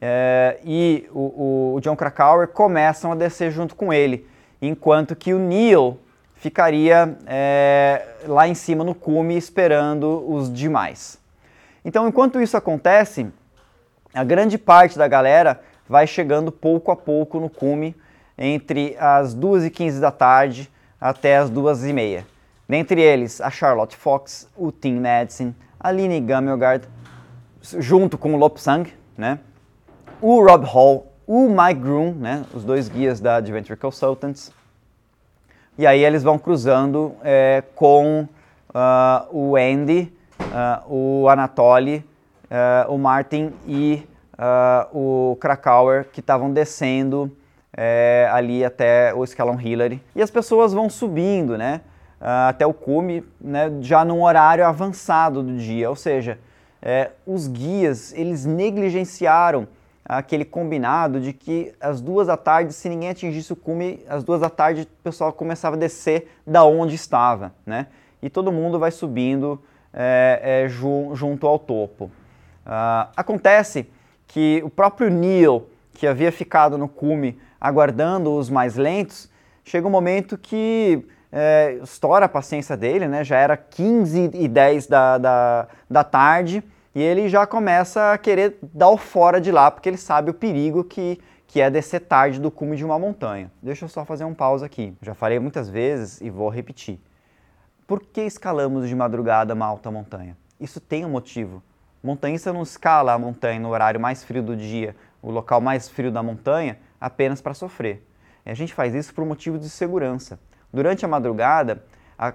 e o Jon Krakauer começam a descer junto com ele, enquanto que o Neil ficaria lá em cima no cume esperando os demais. Então, enquanto isso acontece, a grande parte da galera vai chegando pouco a pouco no cume entre as 2h15 da tarde até as 2h30. Dentre eles, a Charlotte Fox, o Tim Madsen, a Line Gammelgard, junto com o Lopsang, né? O Rob Hall, o Mike Groom, né? Os dois guias da Adventure Consultants. E aí eles vão cruzando com o Andy, o Anatoly, o Martin e o Krakauer, que estavam descendo ali até o escalão Hillary. E as pessoas vão subindo, né, até o cume, né, já num horário avançado do dia. Ou seja, os guias, eles negligenciaram aquele combinado de que às 2 da tarde, se ninguém atingisse o cume, às 2 da tarde o pessoal começava a descer da onde estava, né? E todo mundo vai subindo junto ao topo. Acontece que o próprio Neil, que havia ficado no cume aguardando os mais lentos, chega um momento que estoura a paciência dele, né? Já era 15h10 da tarde, e ele já começa a querer dar o fora de lá, porque ele sabe o perigo que é descer tarde do cume de uma montanha. Deixa eu só fazer um pause aqui. Já falei muitas vezes e vou repetir. Por que escalamos de madrugada uma alta montanha? Isso tem um motivo. O montanhista não escala a montanha no horário mais frio do dia, o local mais frio da montanha, apenas para sofrer. E a gente faz isso por motivo de segurança. Durante a madrugada,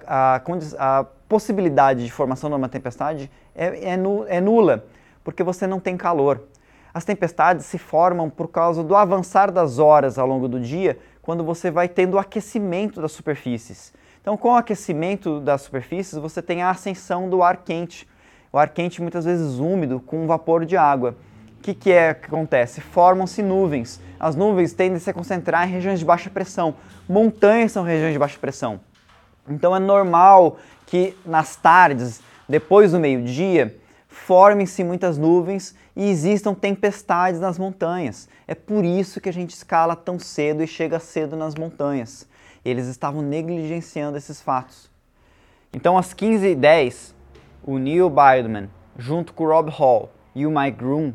a possibilidade de formação de uma tempestade é nula, porque você não tem calor. As tempestades se formam por causa do avançar das horas ao longo do dia, quando você vai tendo o aquecimento das superfícies. Então, com o aquecimento das superfícies, você tem a ascensão do ar quente. O ar quente muitas vezes úmido, com vapor de água. O que acontece? Formam-se nuvens. As nuvens tendem a se concentrar em regiões de baixa pressão. Montanhas são regiões de baixa pressão. Então é normal que nas tardes, depois do meio-dia, formem-se muitas nuvens e existam tempestades nas montanhas. É por isso que a gente escala tão cedo e chega cedo nas montanhas. Eles estavam negligenciando esses fatos. Então às 15h10, o Neil Bioduman, junto com o Rob Hall e o Mike Groom,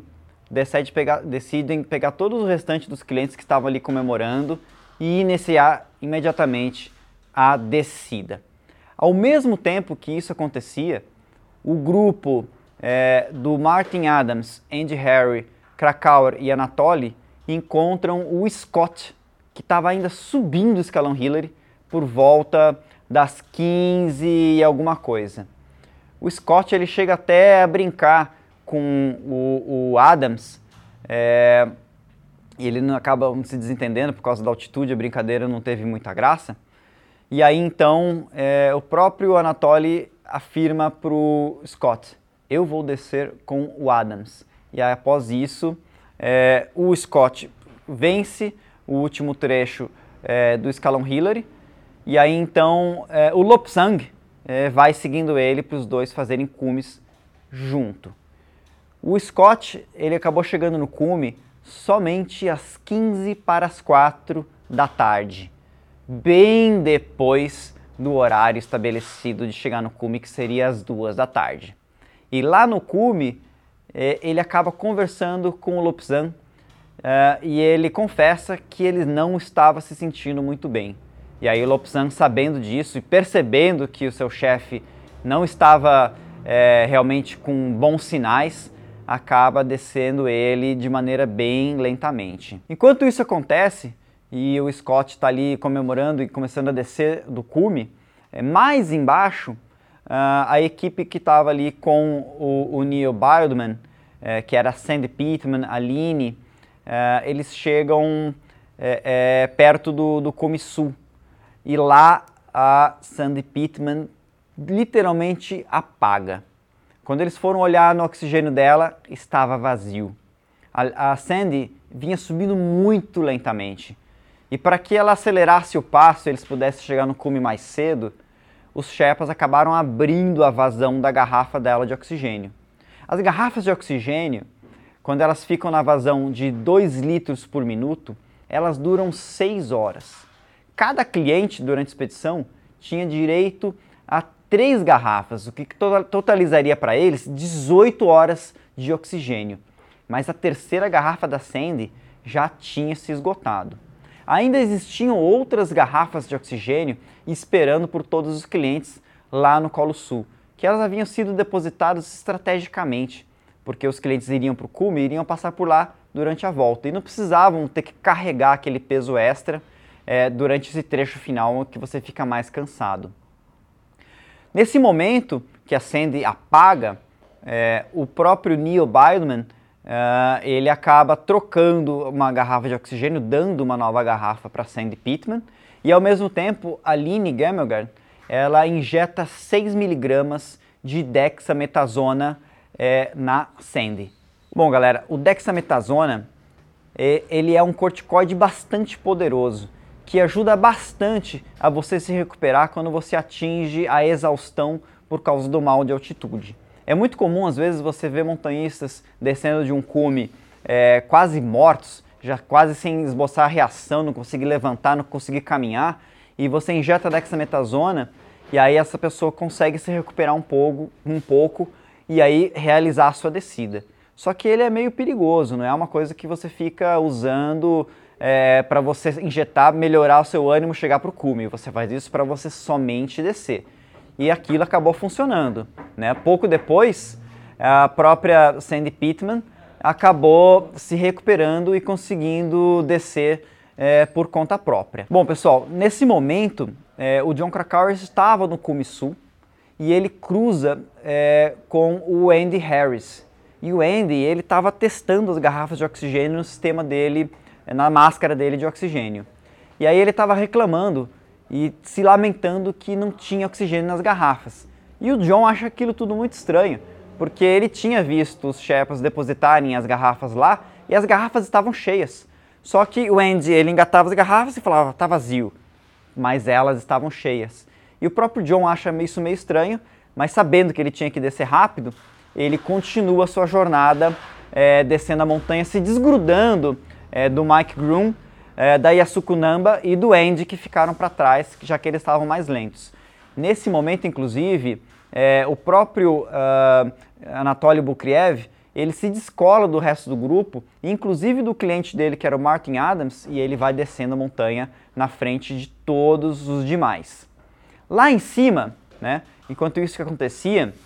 decidem pegar todos os restantes dos clientes que estavam ali comemorando e iniciar imediatamente a descida. Ao mesmo tempo que isso acontecia, o grupo do Martin Adams, Andy Harris, Krakauer e Anatoly encontram o Scott, que estava ainda subindo o escalão Hillary por volta das 15 e alguma coisa. O Scott ele chega até a brincar com o Adams, e ele não acaba se desentendendo por causa da altitude, a brincadeira não teve muita graça. E aí então o próprio Anatoly afirma para o Scott: eu vou descer com o Adams. e aí, após isso o Scott vence o último trecho do escalão Hillary, e aí então o Lobsang vai seguindo ele para os dois fazerem cumes junto. O Scott ele acabou chegando no cume somente às 4:15 da tarde, bem depois do horário estabelecido de chegar no cume, que seria às 2 da tarde. E lá no cume, ele acaba conversando com o Lobsang e ele confessa que ele não estava se sentindo muito bem. E aí o Lobsang, sabendo disso e percebendo que o seu chefe não estava realmente com bons sinais, acaba descendo ele de maneira bem lentamente. Enquanto isso acontece, e o Scott está ali comemorando e começando a descer do cume, mais embaixo, a equipe que estava ali com o Neil Bildman, que era Sandy Pittman, a Aline, eles chegam perto do cume sul. E lá a Sandy Pittman literalmente apaga. Quando eles foram olhar no oxigênio dela, estava vazio. A Sandy vinha subindo muito lentamente. E para que ela acelerasse o passo e eles pudessem chegar no cume mais cedo, os Sherpas acabaram abrindo a vazão da garrafa dela de oxigênio. As garrafas de oxigênio, quando elas ficam na vazão de 2 litros por minuto, elas duram 6 horas. Cada cliente durante a expedição tinha direito a 3 garrafas, o que totalizaria para eles 18 horas de oxigênio. Mas a terceira garrafa da Sandy já tinha se esgotado. Ainda existiam outras garrafas de oxigênio esperando por todos os clientes lá no Colo Sul, que elas haviam sido depositadas estrategicamente, porque os clientes iriam para o cume e iriam passar por lá durante a volta e não precisavam ter que carregar aquele peso extra durante esse trecho final que você fica mais cansado. Nesse momento que a Sandy apaga, o próprio Neil Bildman ele acaba trocando uma garrafa de oxigênio, dando uma nova garrafa para Sandy Pittman, e ao mesmo tempo a Aline Gamelgard ela injeta 6 miligramas de dexametasona na Sandy. Bom, galera, o dexametasona ele é um corticoide bastante poderoso, que ajuda bastante a você se recuperar quando você atinge a exaustão por causa do mal de altitude. É muito comum, às vezes, você ver montanhistas descendo de um cume quase mortos, já quase sem esboçar a reação, não conseguir levantar, não conseguir caminhar, e você injeta dexametasona, e aí essa pessoa consegue se recuperar um pouco e aí realizar a sua descida. Só que ele é meio perigoso, não é uma coisa que você fica usando para você injetar, melhorar o seu ânimo, chegar para o cume. Você faz isso para você somente descer. E aquilo acabou funcionando, né? Pouco depois, a própria Sandy Pittman acabou se recuperando e conseguindo descer por conta própria. Bom, pessoal, nesse momento, o Jon Krakauer estava no cume sul e ele cruza com o Andy Harris. E o Andy, ele estava testando as garrafas de oxigênio no sistema dele, na máscara dele de oxigênio. E aí ele estava reclamando e se lamentando que não tinha oxigênio nas garrafas. E o Jon acha aquilo tudo muito estranho, porque ele tinha visto os Sherpas depositarem as garrafas lá e as garrafas estavam cheias. Só que o Andy, ele engatava as garrafas e falava, tá vazio, mas elas estavam cheias. E o próprio Jon acha isso meio estranho, mas sabendo que ele tinha que descer rápido, ele continua a sua jornada descendo a montanha, se desgrudando do Mike Groom, da Yasuko Namba e do Andy, que ficaram para trás, já que eles estavam mais lentos. Nesse momento, inclusive, o próprio Anatoly Bukriev, ele se descola do resto do grupo, inclusive do cliente dele, que era o Martin Adams, e ele vai descendo a montanha na frente de todos os demais. Lá em cima, né, enquanto isso que acontecia,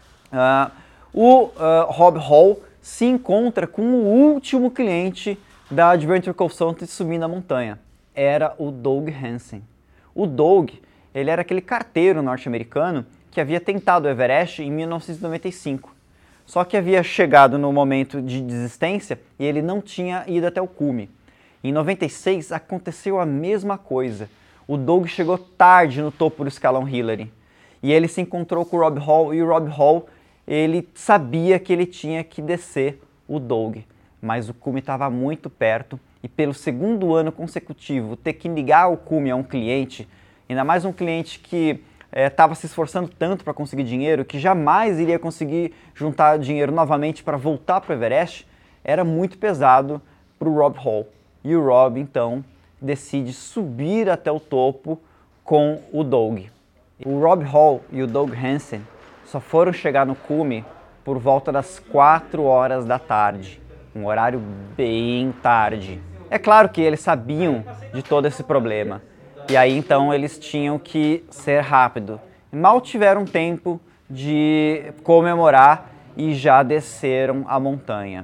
o Rob Hall se encontra com o último cliente da Adventure Consulting subindo a montanha. Era o Doug Hansen. O Doug, ele era aquele carteiro norte-americano que havia tentado o Everest em 1995. Só que havia chegado no momento de desistência e ele não tinha ido até o cume. Em 96 aconteceu a mesma coisa. O Doug chegou tarde no topo do escalão Hillary. E ele se encontrou com o Rob Hall, e o Rob Hall, ele sabia que ele tinha que descer o Doug, mas o cume estava muito perto e pelo segundo ano consecutivo ter que ligar o cume a um cliente, ainda mais um cliente que estava se esforçando tanto para conseguir dinheiro, que jamais iria conseguir juntar dinheiro novamente para voltar para o Everest, era muito pesado para o Rob Hall. E o Rob, então, decide subir até o topo com o Doug. O Rob Hall e o Doug Hansen só foram chegar no cume por volta das 4 horas da tarde, um horário bem tarde. É claro que eles sabiam de todo esse problema, e aí então eles tinham que ser rápido. Mal tiveram tempo de comemorar e já desceram a montanha.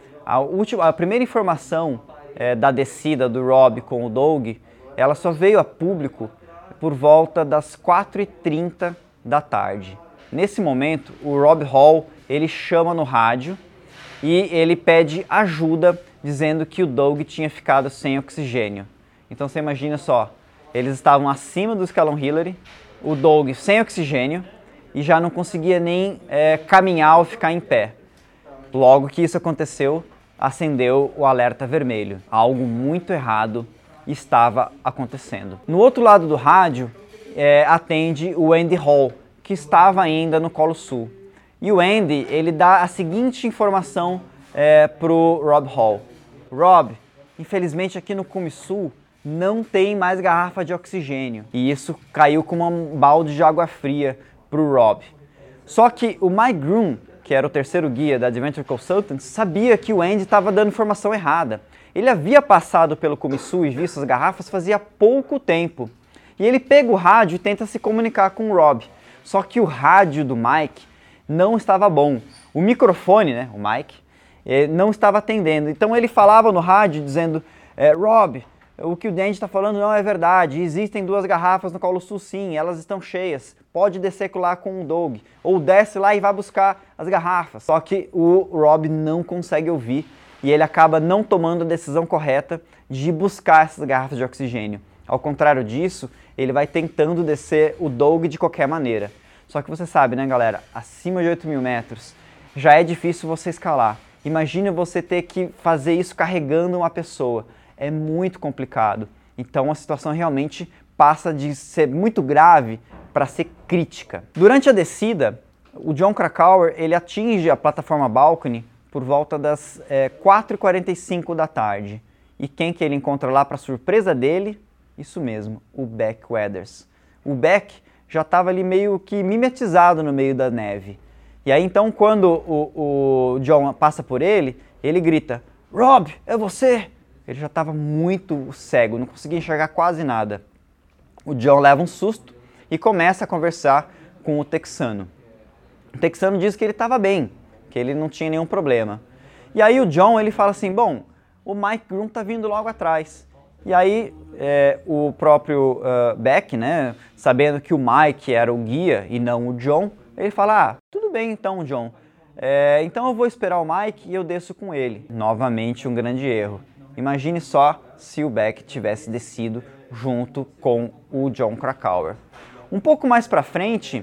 A primeira informação da descida do Rob com o Doug, ela só veio a público por volta das 4h30 da tarde. Nesse momento, o Rob Hall, ele chama no rádio e ele pede ajuda, dizendo que o Doug tinha ficado sem oxigênio. Então você imagina só, eles estavam acima do escalão Hillary, o Doug sem oxigênio e já não conseguia nem caminhar ou ficar em pé. Logo que isso aconteceu, acendeu o alerta vermelho. Algo muito errado estava acontecendo. No outro lado do rádio, atende o Andy Hall, que estava ainda no Colo Sul. E o Andy, ele dá a seguinte informação para o Rob Hall. Rob, infelizmente aqui no Cume Sul não tem mais garrafa de oxigênio. E isso caiu como um balde de água fria para o Rob. Só que o Mike Groom, que era o terceiro guia da Adventure Consultants, sabia que o Andy estava dando informação errada. Ele havia passado pelo Cume Sul e visto as garrafas fazia pouco tempo. E ele pega o rádio e tenta se comunicar com o Rob. Só que o rádio do Mike não estava bom. O microfone, né, o Mike, não estava atendendo. Então ele falava no rádio dizendo, Rob, o que o Andy está falando não é verdade. Existem 2 garrafas no Colo Sul sim, elas estão cheias. Pode descer lá com o Doug. Ou desce lá e vai buscar as garrafas. Só que o Rob não consegue ouvir e ele acaba não tomando a decisão correta de buscar essas garrafas de oxigênio. Ao contrário disso, ele vai tentando descer o Doug de qualquer maneira. Só que você sabe, né, galera? Acima de 8.000 metros já é difícil você escalar. Imagina você ter que fazer isso carregando uma pessoa. É muito complicado. Então a situação realmente passa de ser muito grave para ser crítica. Durante a descida, o Jon Krakauer ele atinge a plataforma Balcony por volta das 4h45 da tarde. E quem que ele encontra lá para surpresa dele? Isso mesmo, o Beck Weathers. O Beck já estava ali meio que mimetizado no meio da neve. E aí então quando o Jon passa por ele, ele grita, Rob, é você? Ele já estava muito cego, não conseguia enxergar quase nada. O Jon leva um susto e começa a conversar com o texano. O texano diz que ele estava bem, que ele não tinha nenhum problema. E aí o Jon ele fala assim, bom, o Mike Groom está vindo logo atrás. E aí o próprio Beck, né, sabendo que o Mike era o guia e não o Jon, ele fala, tudo bem então, Jon, então eu vou esperar o Mike e eu desço com ele. Novamente um grande erro. Imagine só se o Beck tivesse descido junto com o Jon Krakauer. Um pouco mais para frente,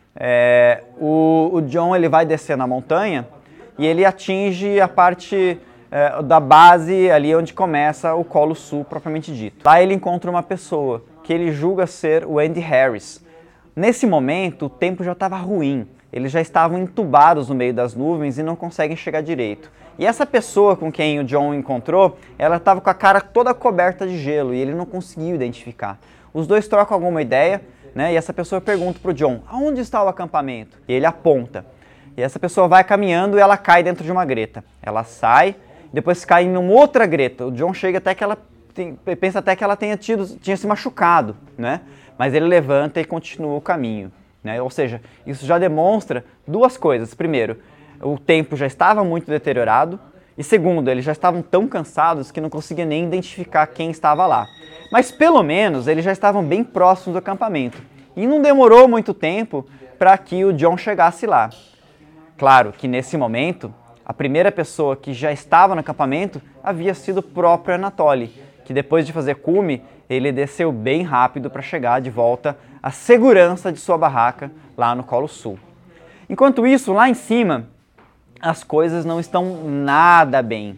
o Jon ele vai descer na montanha e ele atinge a parte da base ali onde começa o Colo Sul propriamente dito. Lá ele encontra uma pessoa que ele julga ser o Andy Harris. Nesse momento o tempo já estava ruim, eles já estavam entubados no meio das nuvens e não conseguem chegar direito. E essa pessoa com quem o Jon encontrou, ela estava com a cara toda coberta de gelo e ele não conseguiu identificar. Os dois trocam alguma ideia, né, e essa pessoa pergunta para o Jon, aonde está o acampamento? E ele aponta. E essa pessoa vai caminhando e ela cai dentro de uma greta. Ela sai, depois cai em uma outra greta. O Jon chega até que ela pensa até que ela tinha se machucado, né? Mas ele levanta e continua o caminho, né? Ou seja, isso já demonstra 2 coisas. Primeiro, o tempo já estava muito deteriorado. E segundo, eles já estavam tão cansados que não conseguiam nem identificar quem estava lá. Mas pelo menos eles já estavam bem próximos do acampamento. E não demorou muito tempo para que o Jon chegasse lá. Claro que nesse momento, a primeira pessoa que já estava no acampamento havia sido o próprio Anatoly, que depois de fazer cume, ele desceu bem rápido para chegar de volta à segurança de sua barraca lá no Colo Sul. Enquanto isso, lá em cima, as coisas não estão nada bem.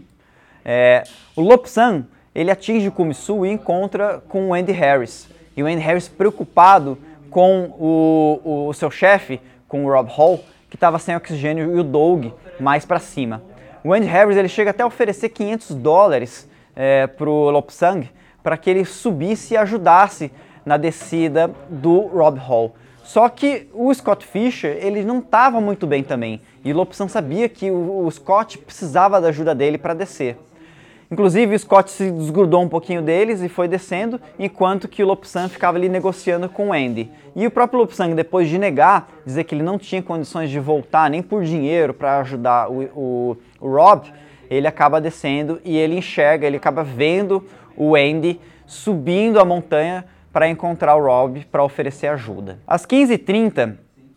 O Lobsang, ele atinge o cume sul e encontra com o Andy Harris. E o Andy Harris, preocupado com o seu chefe, com o Rob Hall, que estava sem oxigênio, e o Doug mais para cima. O Andy Harris ele chega até a oferecer $500 para o Lobsang para que ele subisse e ajudasse na descida do Rob Hall. Só que o Scott Fischer ele não estava muito bem também, e o Lobsang sabia que o Scott precisava da ajuda dele para descer. Inclusive o Scott se desgrudou um pouquinho deles e foi descendo, enquanto que o Lobsang ficava ali negociando com o Andy. E o próprio Lobsang, depois de negar, dizer que ele não tinha condições de voltar nem por dinheiro para ajudar o Rob, ele acaba descendo e ele enxerga, ele acaba vendo o Andy subindo a montanha para encontrar o Rob para oferecer ajuda. Às 15h30,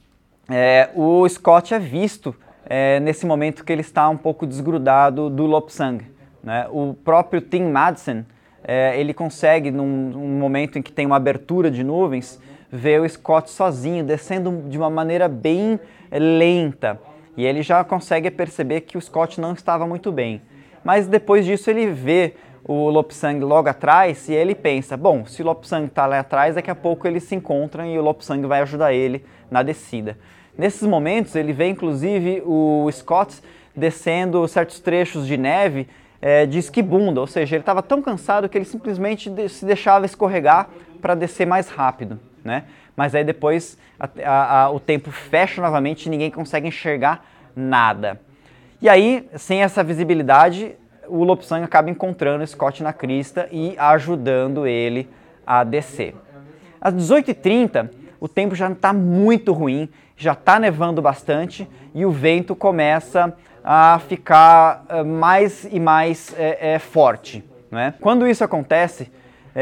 o Scott é visto nesse momento que ele está um pouco desgrudado do Lobsang. Né? O próprio Tim Madsen, ele consegue, num momento em que tem uma abertura de nuvens, ver o Scott sozinho, descendo de uma maneira bem lenta. E ele já consegue perceber que o Scott não estava muito bem. Mas depois disso ele vê o Lobsang logo atrás e ele pensa, bom, se o Lobsang está lá atrás, daqui a pouco eles se encontram e o Lobsang vai ajudar ele na descida. Nesses momentos ele vê inclusive o Scott descendo certos trechos de neve de esquibunda, ou seja, ele estava tão cansado que ele simplesmente se deixava escorregar para descer mais rápido, né? Mas aí depois o tempo fecha novamente e ninguém consegue enxergar nada. E aí, sem essa visibilidade, o Lobsang acaba encontrando o Scott na crista e ajudando ele a descer. Às 18h30, o tempo já está muito ruim, já está nevando bastante e o vento começa a ficar mais e mais forte. Né? Quando isso acontece,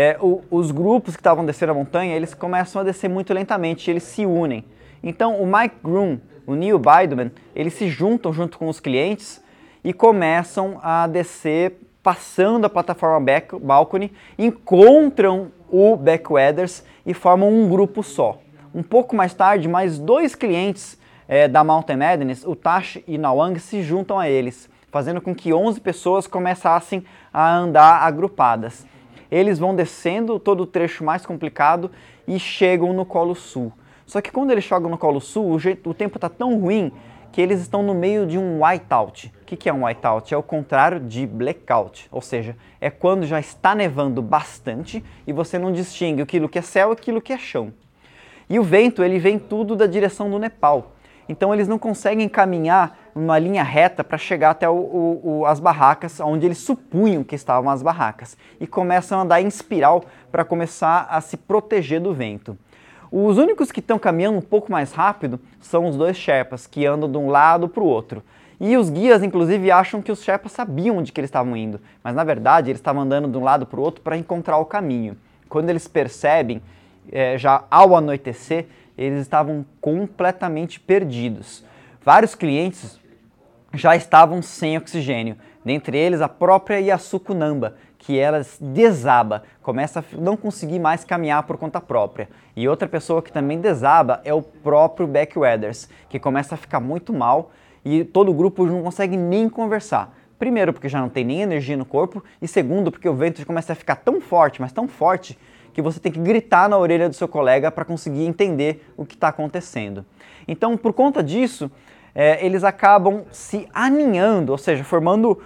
os grupos que estavam descendo a montanha, eles começam a descer muito lentamente, eles se unem. Então o Mike Groom, o Neil Bideman, eles se juntam junto com os clientes e começam a descer, passando a plataforma Balcony, encontram o Beck Weathers e formam um grupo só. Um pouco mais tarde, mais 2 clientes da Mountain Madness, o Tash e Nawang, se juntam a eles, fazendo com que 11 pessoas começassem a andar agrupadas. Eles vão descendo todo o trecho mais complicado e chegam no Colo Sul. Só que quando eles chegam no Colo Sul, o tempo está tão ruim que eles estão no meio de um whiteout. O que é um whiteout? É o contrário de blackout, ou seja, é quando já está nevando bastante e você não distingue aquilo que é céu e aquilo que é chão. E o vento, ele vem tudo da direção do Nepal. Então eles não conseguem caminhar numa linha reta para chegar até as barracas, onde eles supunham que estavam as barracas. E começam a andar em espiral para começar a se proteger do vento. Os únicos que estão caminhando um pouco mais rápido são os 2 Sherpas, que andam de um lado para o outro. E os guias, inclusive, acham que os Sherpas sabiam onde que eles estavam indo, mas na verdade eles estavam andando de um lado para o outro para encontrar o caminho. Quando eles percebem, já ao anoitecer, eles estavam completamente perdidos. Vários clientes já estavam sem oxigênio, dentre eles a própria Yasuko Namba, que ela desaba, começa a não conseguir mais caminhar por conta própria. E outra pessoa que também desaba é o próprio Beck Weathers, que começa a ficar muito mal e todo o grupo não consegue nem conversar. Primeiro porque já não tem nem energia no corpo e segundo porque o vento começa a ficar tão forte, mas tão forte, que você tem que gritar na orelha do seu colega para conseguir entender o que está acontecendo. Então, por conta disso, eles acabam se aninhando, ou seja, formando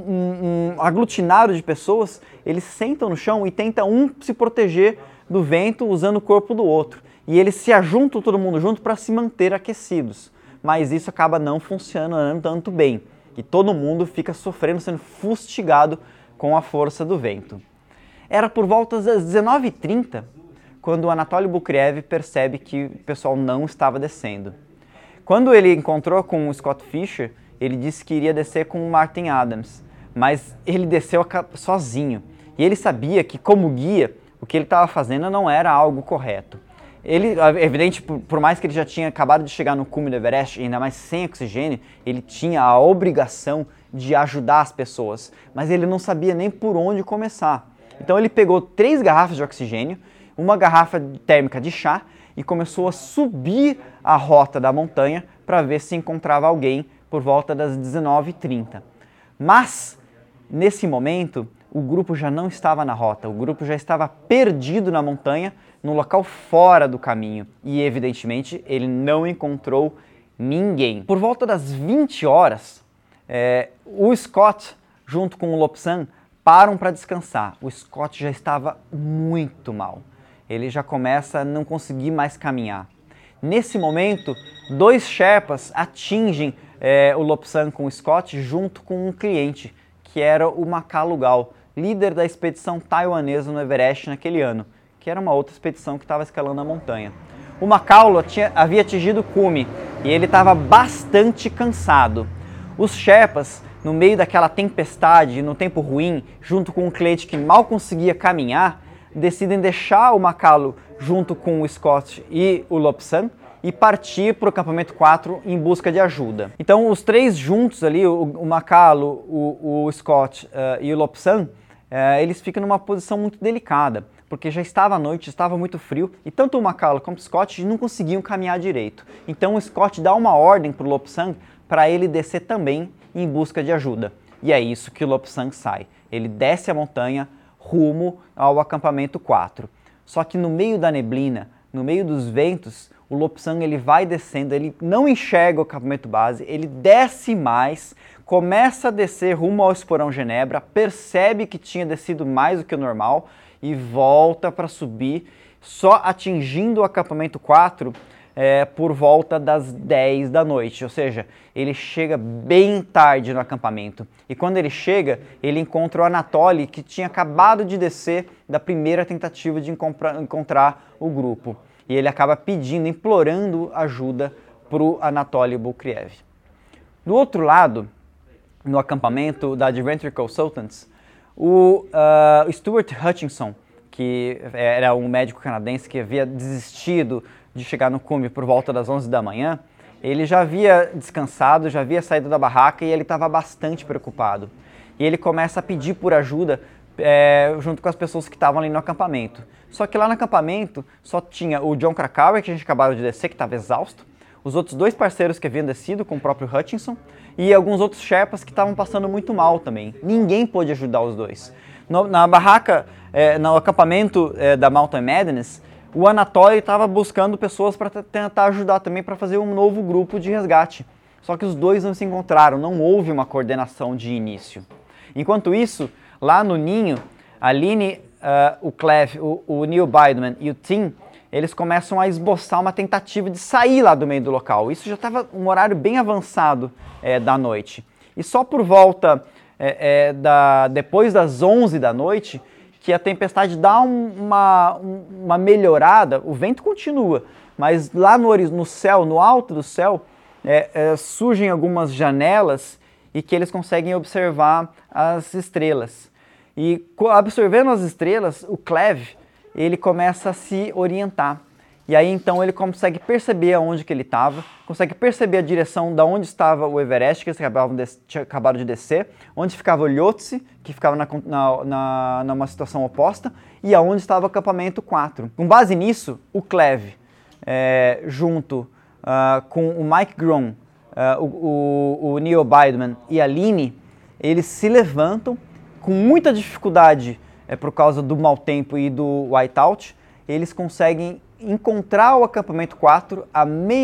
um aglutinados de pessoas. Eles sentam no chão e tentam um se proteger do vento usando o corpo do outro. E eles se ajuntam todo mundo junto para se manter aquecidos. Mas isso acaba não funcionando tanto bem. E todo mundo fica sofrendo, sendo fustigado com a força do vento. Era por volta das 19h30 quando o Anatoly Bukriev percebe que o pessoal não estava descendo. Quando ele encontrou com o Scott Fischer, ele disse que iria descer com o Martin Adams, mas ele desceu sozinho. E ele sabia que, como guia, o que ele estava fazendo não era algo correto. Ele, evidente, por mais que ele já tinha acabado de chegar no cume do Everest, ainda mais sem oxigênio, ele tinha a obrigação de ajudar as pessoas, mas ele não sabia nem por onde começar. Então ele pegou 3 garrafas de oxigênio, uma garrafa térmica de chá e começou a subir a rota da montanha para ver se encontrava alguém por volta das 19h30. Mas, nesse momento, o grupo já não estava na rota, o grupo já estava perdido na montanha, num local fora do caminho, e evidentemente ele não encontrou ninguém. Por volta das 20 horas, o Scott, junto com o Lobsang, param para descansar. O Scott já estava muito mal, ele já começa a não conseguir mais caminhar. Nesse momento, 2 Sherpas atingem o Lobsang com o Scott junto com um cliente, que era o Makalu Gal, líder da expedição taiwanesa no Everest naquele ano, que era uma outra expedição que estava escalando a montanha. O Makalu havia atingido o cume e ele estava bastante cansado. Os Sherpas, no meio daquela tempestade, no tempo ruim, junto com um cliente que mal conseguia caminhar, decidem deixar o Makalu junto com o Scott e o Lobsang e partir para o acampamento 4 em busca de ajuda. Então os 3 juntos ali, o Makalu, o Scott e o Lobsang, eles ficam numa posição muito delicada, porque já estava à noite, estava muito frio, e tanto o Makalu como o Scott não conseguiam caminhar direito. Então o Scott dá uma ordem para o Lobsang para ele descer também em busca de ajuda. E é isso que o Lobsang sai. Ele desce a montanha rumo ao acampamento 4. Só que no meio da neblina, no meio dos ventos, o Lobsang ele vai descendo, ele não enxerga o acampamento base, ele desce mais, começa a descer rumo ao Esporão Genebra, percebe que tinha descido mais do que o normal e volta para subir, só atingindo o acampamento 4 por volta das 10 da noite, ou seja, ele chega bem tarde no acampamento. E quando ele chega, ele encontra o Anatoly, que tinha acabado de descer da primeira tentativa de encontrar o grupo. E ele acaba pedindo, implorando ajuda para o Anatoly Bukriev. Do outro lado, no acampamento da Adventure Consultants, o Stuart Hutchinson, que era um médico canadense que havia desistido de chegar no cume por volta das 11 da manhã, ele já havia descansado, já havia saído da barraca e ele estava bastante preocupado. E ele começa a pedir por ajuda junto com as pessoas que estavam ali no acampamento. Só que lá no acampamento só tinha o John Krakauer, que a gente acabou de descer, que estava exausto, os outros 2 parceiros que haviam descido com o próprio Hutchinson e alguns outros Sherpas que estavam passando muito mal também. Ninguém pôde ajudar os 2. Na barraca, no acampamento da Mountain Madness, o Anatoly estava buscando pessoas para tentar ajudar também para fazer um novo grupo de resgate. Só que os 2 não se encontraram, não houve uma coordenação de início. Enquanto isso, lá no ninho, a Line, o Cleve, o Neil Bidman e o Tim, eles começam a esboçar uma tentativa de sair lá do meio do local. Isso já estava um horário bem avançado da noite. E só por volta, depois das 11 da noite, que a tempestade dá uma melhorada, o vento continua, mas lá no céu, no alto do céu, surgem algumas janelas e que eles conseguem observar as estrelas. E observando as estrelas, o Cleve, ele começa a se orientar. E aí então ele consegue perceber aonde que ele estava, consegue perceber a direção de onde estava o Everest, que eles tinham acabado de descer, onde ficava o Lhotse, que ficava numa situação oposta, e aonde estava o acampamento 4. Com base nisso, o Cleve, junto com o Mike Grom, o Neil Bidman e a Line, eles se levantam com muita dificuldade por causa do mau tempo e do whiteout. Eles conseguem encontrar o acampamento 4 à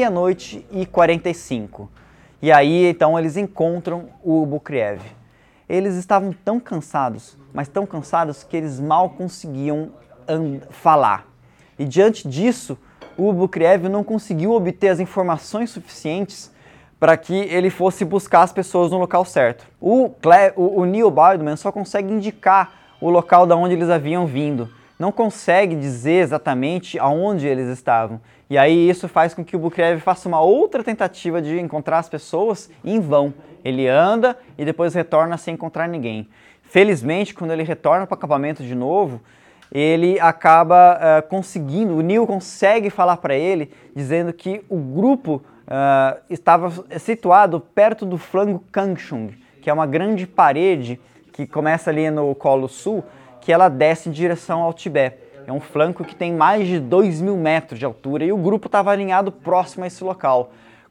00:45. E aí, então, eles encontram o Bukriev. Eles estavam tão cansados, mas tão cansados que eles mal conseguiam falar. E diante disso, o Bukriev não conseguiu obter as informações suficientes para que ele fosse buscar as pessoas no local certo. O Neil Bidman só consegue indicar o local da onde eles haviam vindo. Não consegue dizer exatamente aonde eles estavam. E aí isso faz com que o Bukriev faça uma outra tentativa de encontrar as pessoas em vão. Ele anda e depois retorna sem encontrar ninguém. Felizmente, quando ele retorna para o acampamento de novo, ele acaba conseguindo, o Neil consegue falar para ele, dizendo que o grupo estava situado perto do flanco Kangshung, que é uma grande parede que começa ali no Colo Sul, que ela desce em direção ao Tibete. É um flanco que tem mais de 2.000 metros de altura e o grupo estava alinhado próximo a esse local.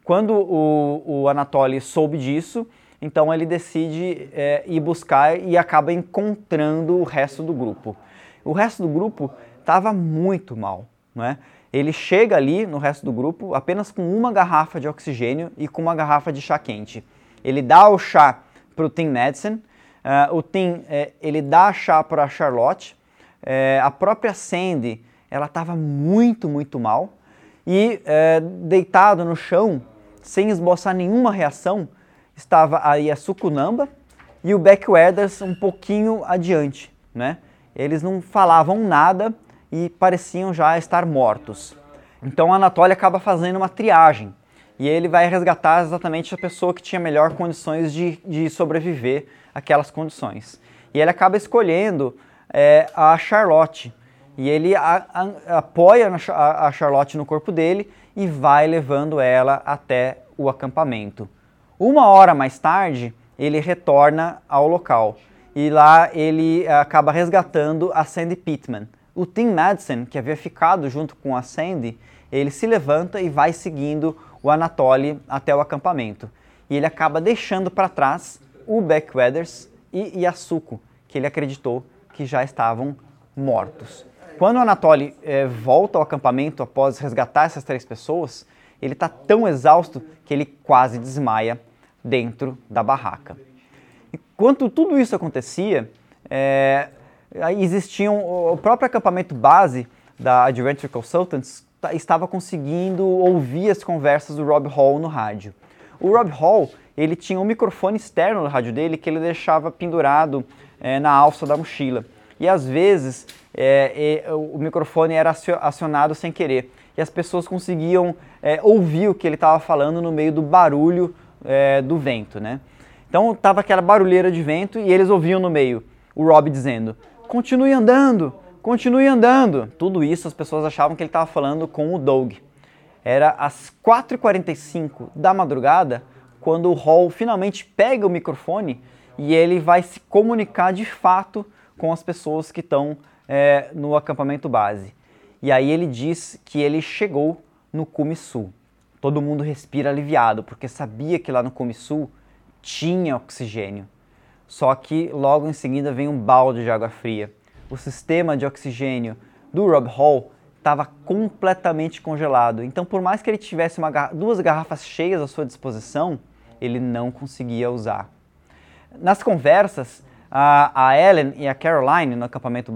Quando o Anatoly soube disso, então ele decide ir buscar e acaba encontrando o resto do grupo. O resto do grupo estava muito mal, né? Ele chega ali no resto do grupo apenas com uma garrafa de oxigênio e com uma garrafa de chá quente. Ele dá o chá para o Tim Madsen, o Tim ele dá chá para a Charlotte, a própria Sandy ela estava muito, muito mal e deitado no chão, sem esboçar nenhuma reação, estava aí a Sukunamba e o Beck Weathers um pouquinho adiante, né? Eles não falavam nada e pareciam já estar mortos. Então o Anatoly acaba fazendo uma triagem e ele vai resgatar exatamente a pessoa que tinha melhor condições de sobreviver àquelas condições. E ele acaba escolhendo a Charlotte e ele apoia a Charlotte no corpo dele e vai levando ela até o acampamento. 1 hora mais tarde, ele retorna ao local e lá ele acaba resgatando a Sandy Pittman. O Tim Madsen, que havia ficado junto com a Sandy, ele se levanta e vai seguindo o Anatoly até o acampamento. E ele acaba deixando para trás o Beck Weathers e a Suko, que ele acreditou que já estavam mortos. Quando o Anatoly volta ao acampamento após resgatar essas 3 pessoas, ele está tão exausto que ele quase desmaia dentro da barraca. Enquanto tudo isso acontecia, o próprio acampamento base da Adventure Consultants estava conseguindo ouvir as conversas do Rob Hall no rádio. O Rob Hall ele tinha um microfone externo no rádio dele que ele deixava pendurado na alça da mochila. E às vezes o microfone era acionado sem querer. E as pessoas conseguiam ouvir o que ele estava falando no meio do barulho do vento, né? Então estava aquela barulheira de vento e eles ouviam no meio o Rob dizendo: continue andando, continue andando. Tudo isso as pessoas achavam que ele estava falando com o Doug. Era às 4h45 da madrugada quando o Hall finalmente pega o microfone e ele vai se comunicar de fato com as pessoas que estão no acampamento base. E aí ele diz que ele chegou no Cume Sul. Todo mundo respira aliviado, porque sabia que lá no Cume Sul tinha oxigênio. Só que logo em seguida vem um balde de água fria. O sistema de oxigênio do Rob Hall estava completamente congelado. Então, por mais que ele tivesse 2 garrafas cheias à sua disposição, ele não conseguia usar. Nas conversas, a Ellen e a Caroline, no acampamento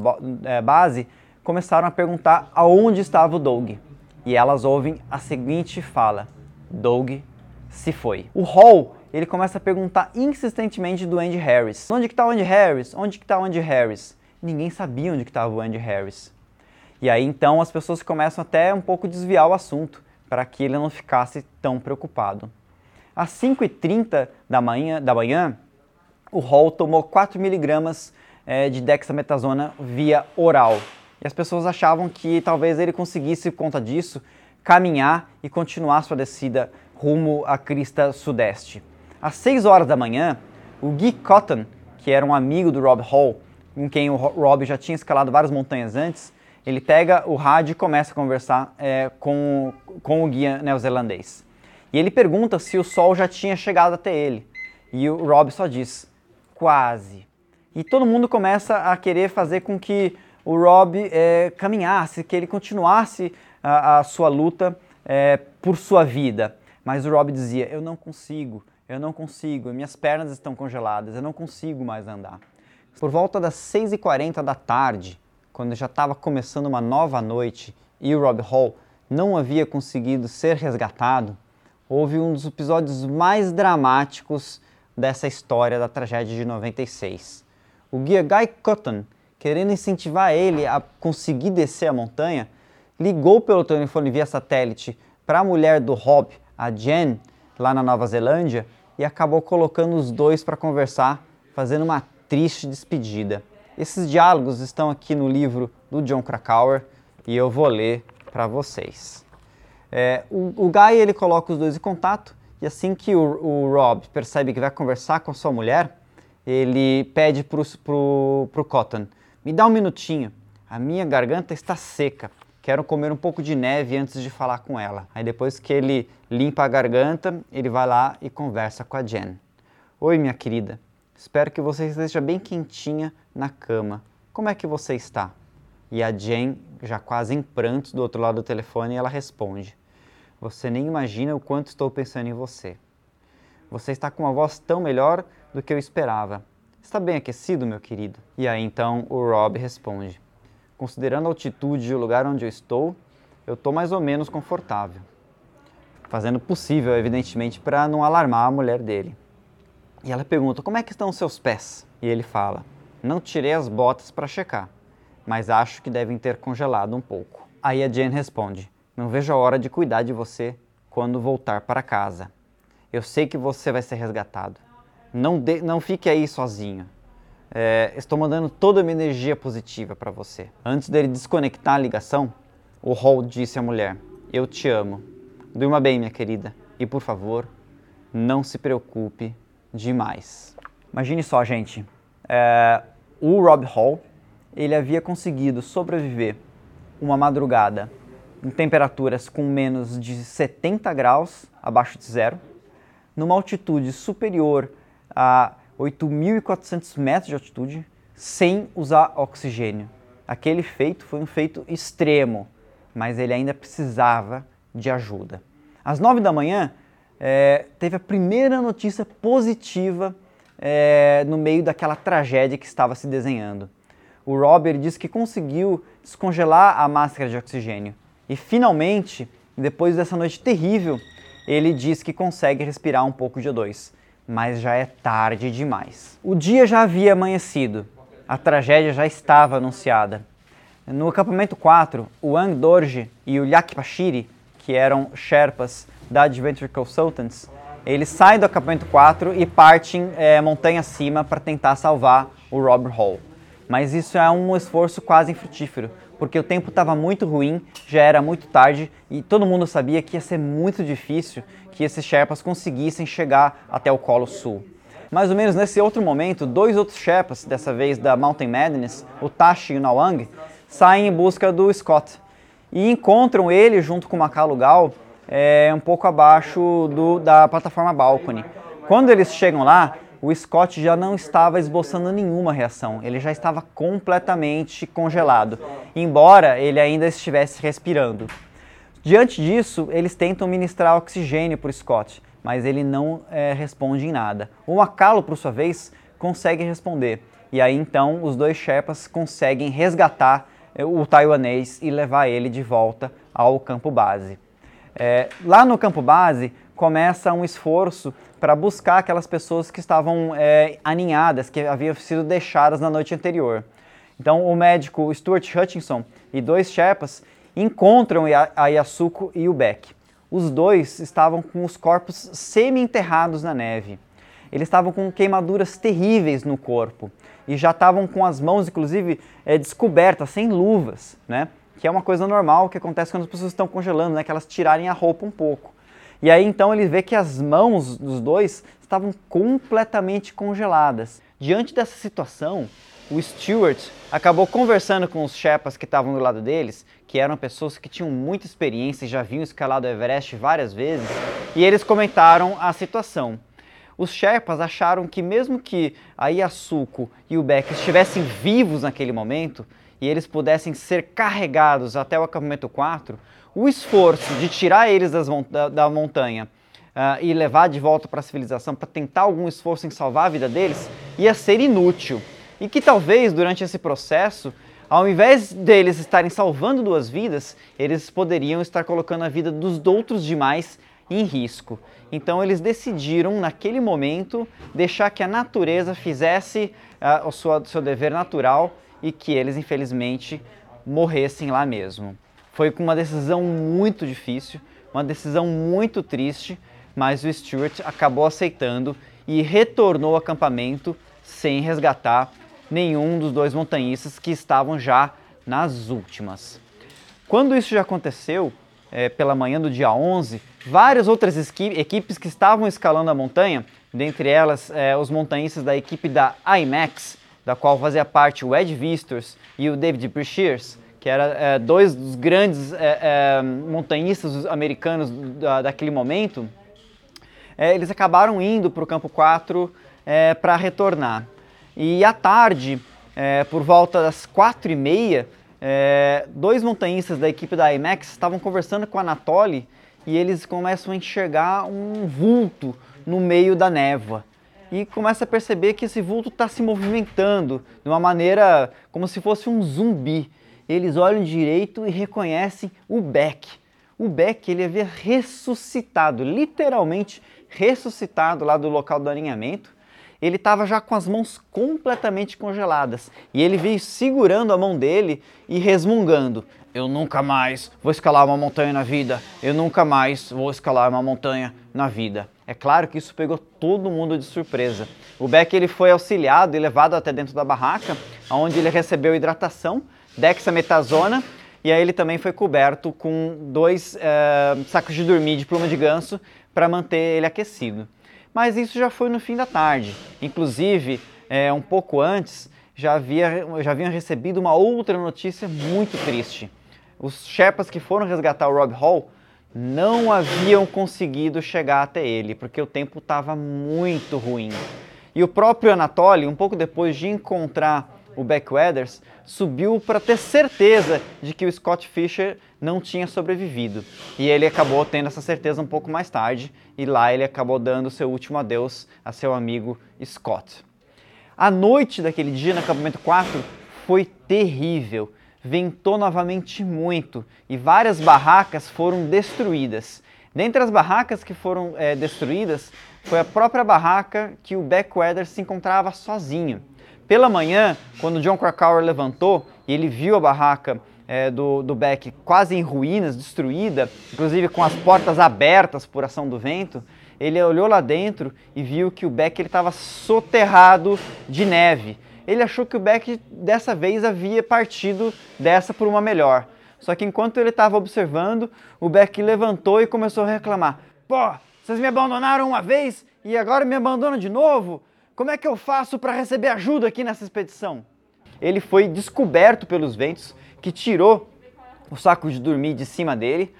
base, começaram a perguntar aonde estava o Doug. E elas ouvem a seguinte fala: Doug se foi. O Hall, ele começa a perguntar insistentemente do Andy Harris. Onde que está o Andy Harris? Onde que está o Andy Harris? Ninguém sabia onde que estava o Andy Harris. E aí então as pessoas começam até um pouco desviar o assunto, para que ele não ficasse tão preocupado. Às 5h30 da manhã, o Hall tomou 4 miligramas de dexametasona via oral. E as pessoas achavam que talvez ele conseguisse, por conta disso, caminhar e continuar sua descida rumo à crista sudeste. Às 6 horas da manhã, o Guy Cotton, que era um amigo do Rob Hall, com quem o Rob já tinha escalado várias montanhas antes, ele pega o rádio e começa a conversar com o guia neozelandês. E ele pergunta se o sol já tinha chegado até ele. E o Rob só diz: quase. E todo mundo começa a querer fazer com que o Rob caminhasse, que ele continuasse a sua luta por sua vida. Mas o Rob dizia: eu não consigo, minhas pernas estão congeladas, eu não consigo mais andar. Por volta das 6h40 da tarde, quando já estava começando uma nova noite e o Rob Hall não havia conseguido ser resgatado, houve um dos episódios mais dramáticos dessa história da tragédia de 96. O guia Guy Cotton, querendo incentivar ele a conseguir descer a montanha, ligou pelo telefone via satélite para a mulher do Rob, a Jen, lá na Nova Zelândia, e acabou colocando os dois para conversar, fazendo uma triste despedida. Esses diálogos estão aqui no livro do Jon Krakauer e eu vou ler para vocês. O Guy ele coloca os dois em contato e assim que o Rob percebe que vai conversar com a sua mulher, ele pede pro Cotton: me dá um minutinho, a minha garganta está seca, Quero comer um pouco de neve antes de falar com ela. Aí depois que ele limpa a garganta, ele vai lá e conversa com a Jen. Oi, minha querida. Espero que você esteja bem quentinha na cama. Como é que você está? E a Jen, já quase em prantos do outro lado do telefone, ela responde. Você nem imagina o quanto estou pensando em você. Você está com uma voz tão melhor do que eu esperava. Está bem aquecido, meu querido? E aí então o Rob responde. Considerando a altitude e o lugar onde eu estou mais ou menos confortável. Fazendo o possível, evidentemente, para não alarmar a mulher dele. E ela pergunta, como é que estão os seus pés? E ele fala, não tirei as botas para checar, mas acho que devem ter congelado um pouco. Aí a Jen responde, não vejo a hora de cuidar de você quando voltar para casa. Eu sei que você vai ser resgatado. Não fique aí sozinho. Estou mandando toda a minha energia positiva para você. Antes dele desconectar a ligação, o Hall disse à mulher, eu te amo. Durma bem, minha querida. E por favor, não se preocupe demais. Imagine só, gente. O Rob Hall, ele havia conseguido sobreviver uma madrugada em temperaturas com menos de 70 graus abaixo de zero, numa altitude superior a 8.400 metros de altitude, sem usar oxigênio. Aquele feito foi um feito extremo, mas ele ainda precisava de ajuda. Às 9 da manhã, teve a primeira notícia positiva no meio daquela tragédia que estava se desenhando. O Rob disse que conseguiu descongelar a máscara de oxigênio. E finalmente, depois dessa noite terrível, ele diz que consegue respirar um pouco de O2. Mas já é tarde demais. O dia já havia amanhecido, a tragédia já estava anunciada. No acampamento 4, o Ang Dorje e o Lhak Pashiri, que eram Sherpas da Adventure Consultants, eles saem do acampamento 4 e partem montanha acima para tentar salvar o Rob Hall. Mas isso é um esforço quase infrutífero, porque o tempo estava muito ruim, já era muito tarde e todo mundo sabia que ia ser muito difícil que esses Sherpas conseguissem chegar até o Colo Sul. Mais ou menos nesse outro momento, 2 outros Sherpas, dessa vez da Mountain Madness, o Tashi e o Nawang, saem em busca do Scott e encontram ele junto com o Makalu Gal um pouco abaixo da plataforma Balcony. Quando eles chegam lá, o Scott já não estava esboçando nenhuma reação, ele já estava completamente congelado, embora ele ainda estivesse respirando. Diante disso, eles tentam ministrar oxigênio para o Scott, mas ele não responde em nada. O Makalu, por sua vez, consegue responder, e aí então os 2 Sherpas conseguem resgatar o taiwanês e levar ele de volta ao campo base. Lá no campo base, começa um esforço para buscar aquelas pessoas que estavam aninhadas, que haviam sido deixadas na noite anterior. Então o médico Stuart Hutchinson e 2 Sherpas encontram a Yasuko e o Beck. Os 2 estavam com os corpos semi-enterrados na neve. Eles estavam com queimaduras terríveis no corpo e já estavam com as mãos, inclusive, descobertas, sem luvas, né? Que é uma coisa normal que acontece quando as pessoas estão congelando, né? Que elas tirarem a roupa um pouco. E aí então ele vê que as mãos dos 2 estavam completamente congeladas. Diante dessa situação, o Stuart acabou conversando com os Sherpas que estavam do lado deles, que eram pessoas que tinham muita experiência e já haviam escalado o Everest várias vezes, e eles comentaram a situação. Os Sherpas acharam que mesmo que a Yasuko e o Beck estivessem vivos naquele momento, e eles pudessem ser carregados até o acampamento 4, o esforço de tirar eles da montanha e levar de volta para a civilização, para tentar algum esforço em salvar a vida deles, ia ser inútil. E que talvez durante esse processo, ao invés deles estarem salvando 2 vidas, eles poderiam estar colocando a vida dos outros demais em risco. Então eles decidiram, naquele momento, deixar que a natureza fizesse o seu dever natural e que eles, infelizmente, morressem lá mesmo. Foi uma decisão muito difícil, uma decisão muito triste, mas o Stuart acabou aceitando e retornou ao acampamento sem resgatar nenhum dos 2 montanhistas que estavam já nas últimas. Quando isso já aconteceu, pela manhã do dia 11, várias outras equipes que estavam escalando a montanha, dentre elas os montanhistas da equipe da IMAX, da qual fazia parte o Ed Vistors e o David Brashears, que era dois dos grandes montanhistas americanos daquele momento, eles acabaram indo para o campo 4 para retornar. E à tarde, por volta das 4h30, dois montanhistas da equipe da IMAX estavam conversando com o Anatoly e eles começam a enxergar um vulto no meio da névoa. E começa a perceber que esse vulto está se movimentando de uma maneira como se fosse um zumbi. Eles olham direito e reconhecem o Beck. O Beck, ele havia ressuscitado, literalmente ressuscitado lá do local do alinhamento. Ele estava já com as mãos completamente congeladas e ele veio segurando a mão dele e resmungando: eu nunca mais vou escalar uma montanha na vida, eu nunca mais vou escalar uma montanha na vida. É claro que isso pegou todo mundo de surpresa. O Beck, ele foi auxiliado e levado até dentro da barraca, onde ele recebeu hidratação, dexametasona, e aí ele também foi coberto com 2 sacos de dormir de pluma de ganso para manter ele aquecido. Mas isso já foi no fim da tarde. Inclusive, um pouco antes, já haviam recebido uma outra notícia muito triste. Os Sherpas que foram resgatar o Rob Hall não haviam conseguido chegar até ele, porque o tempo estava muito ruim. E o próprio Anatoly, um pouco depois de encontrar o Beck Weathers, subiu para ter certeza de que o Scott Fischer não tinha sobrevivido. E ele acabou tendo essa certeza um pouco mais tarde, e lá ele acabou dando seu último adeus a seu amigo Scott. A noite daquele dia no acampamento 4 foi terrível. Ventou novamente muito e várias barracas foram destruídas. Dentre as barracas que foram destruídas, foi a própria barraca que o Beck Weathers se encontrava sozinho. Pela manhã, quando o Jon Krakauer levantou e ele viu a barraca do Beck quase em ruínas, destruída, inclusive com as portas abertas por ação do vento, ele olhou lá dentro e viu que o Beck estava soterrado de neve. Ele achou que o Beck dessa vez havia partido dessa por uma melhor. Só que enquanto ele estava observando, o Beck levantou e começou a reclamar: pô, vocês me abandonaram uma vez e agora me abandonam de novo? Como é que eu faço para receber ajuda aqui nessa expedição? Ele foi descoberto pelos ventos, que tirou o saco de dormir de cima dele.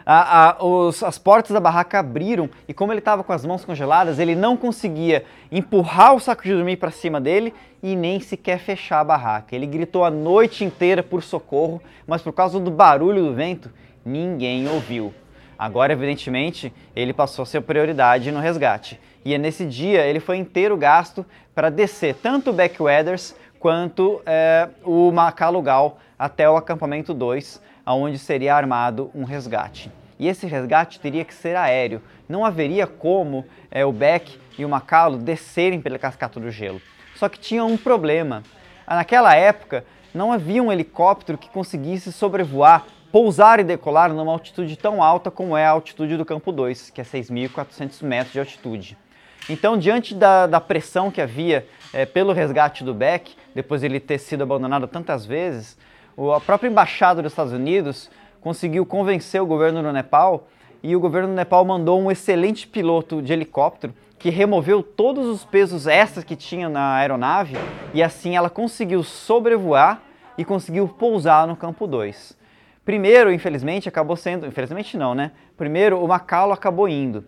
As portas da barraca abriram e como ele estava com as mãos congeladas, ele não conseguia empurrar o saco de dormir para cima dele e nem sequer fechar a barraca. Ele gritou a noite inteira por socorro, mas por causa do barulho do vento, ninguém ouviu. Agora, evidentemente, ele passou a ser prioridade no resgate. E nesse dia ele foi inteiro gasto para descer tanto o Beck Weathers quanto o Makalugal até o acampamento 2, onde seria armado um resgate. E esse resgate teria que ser aéreo. Não haveria como o Beck e o Makalu descerem pela cascata do gelo. Só que tinha um problema. Naquela época, não havia um helicóptero que conseguisse sobrevoar, pousar e decolar numa altitude tão alta como é a altitude do Campo 2, que é 6.400 metros de altitude. Então, diante da pressão que havia pelo resgate do Beck, depois de ele ter sido abandonado tantas vezes, a própria embaixada dos Estados Unidos conseguiu convencer o governo do Nepal e o governo do Nepal mandou um excelente piloto de helicóptero que removeu todos os pesos extras que tinha na aeronave e assim ela conseguiu sobrevoar e conseguiu pousar no Campo 2. Primeiro, infelizmente, acabou sendo... Infelizmente não, né? Primeiro, o Makalu acabou indo.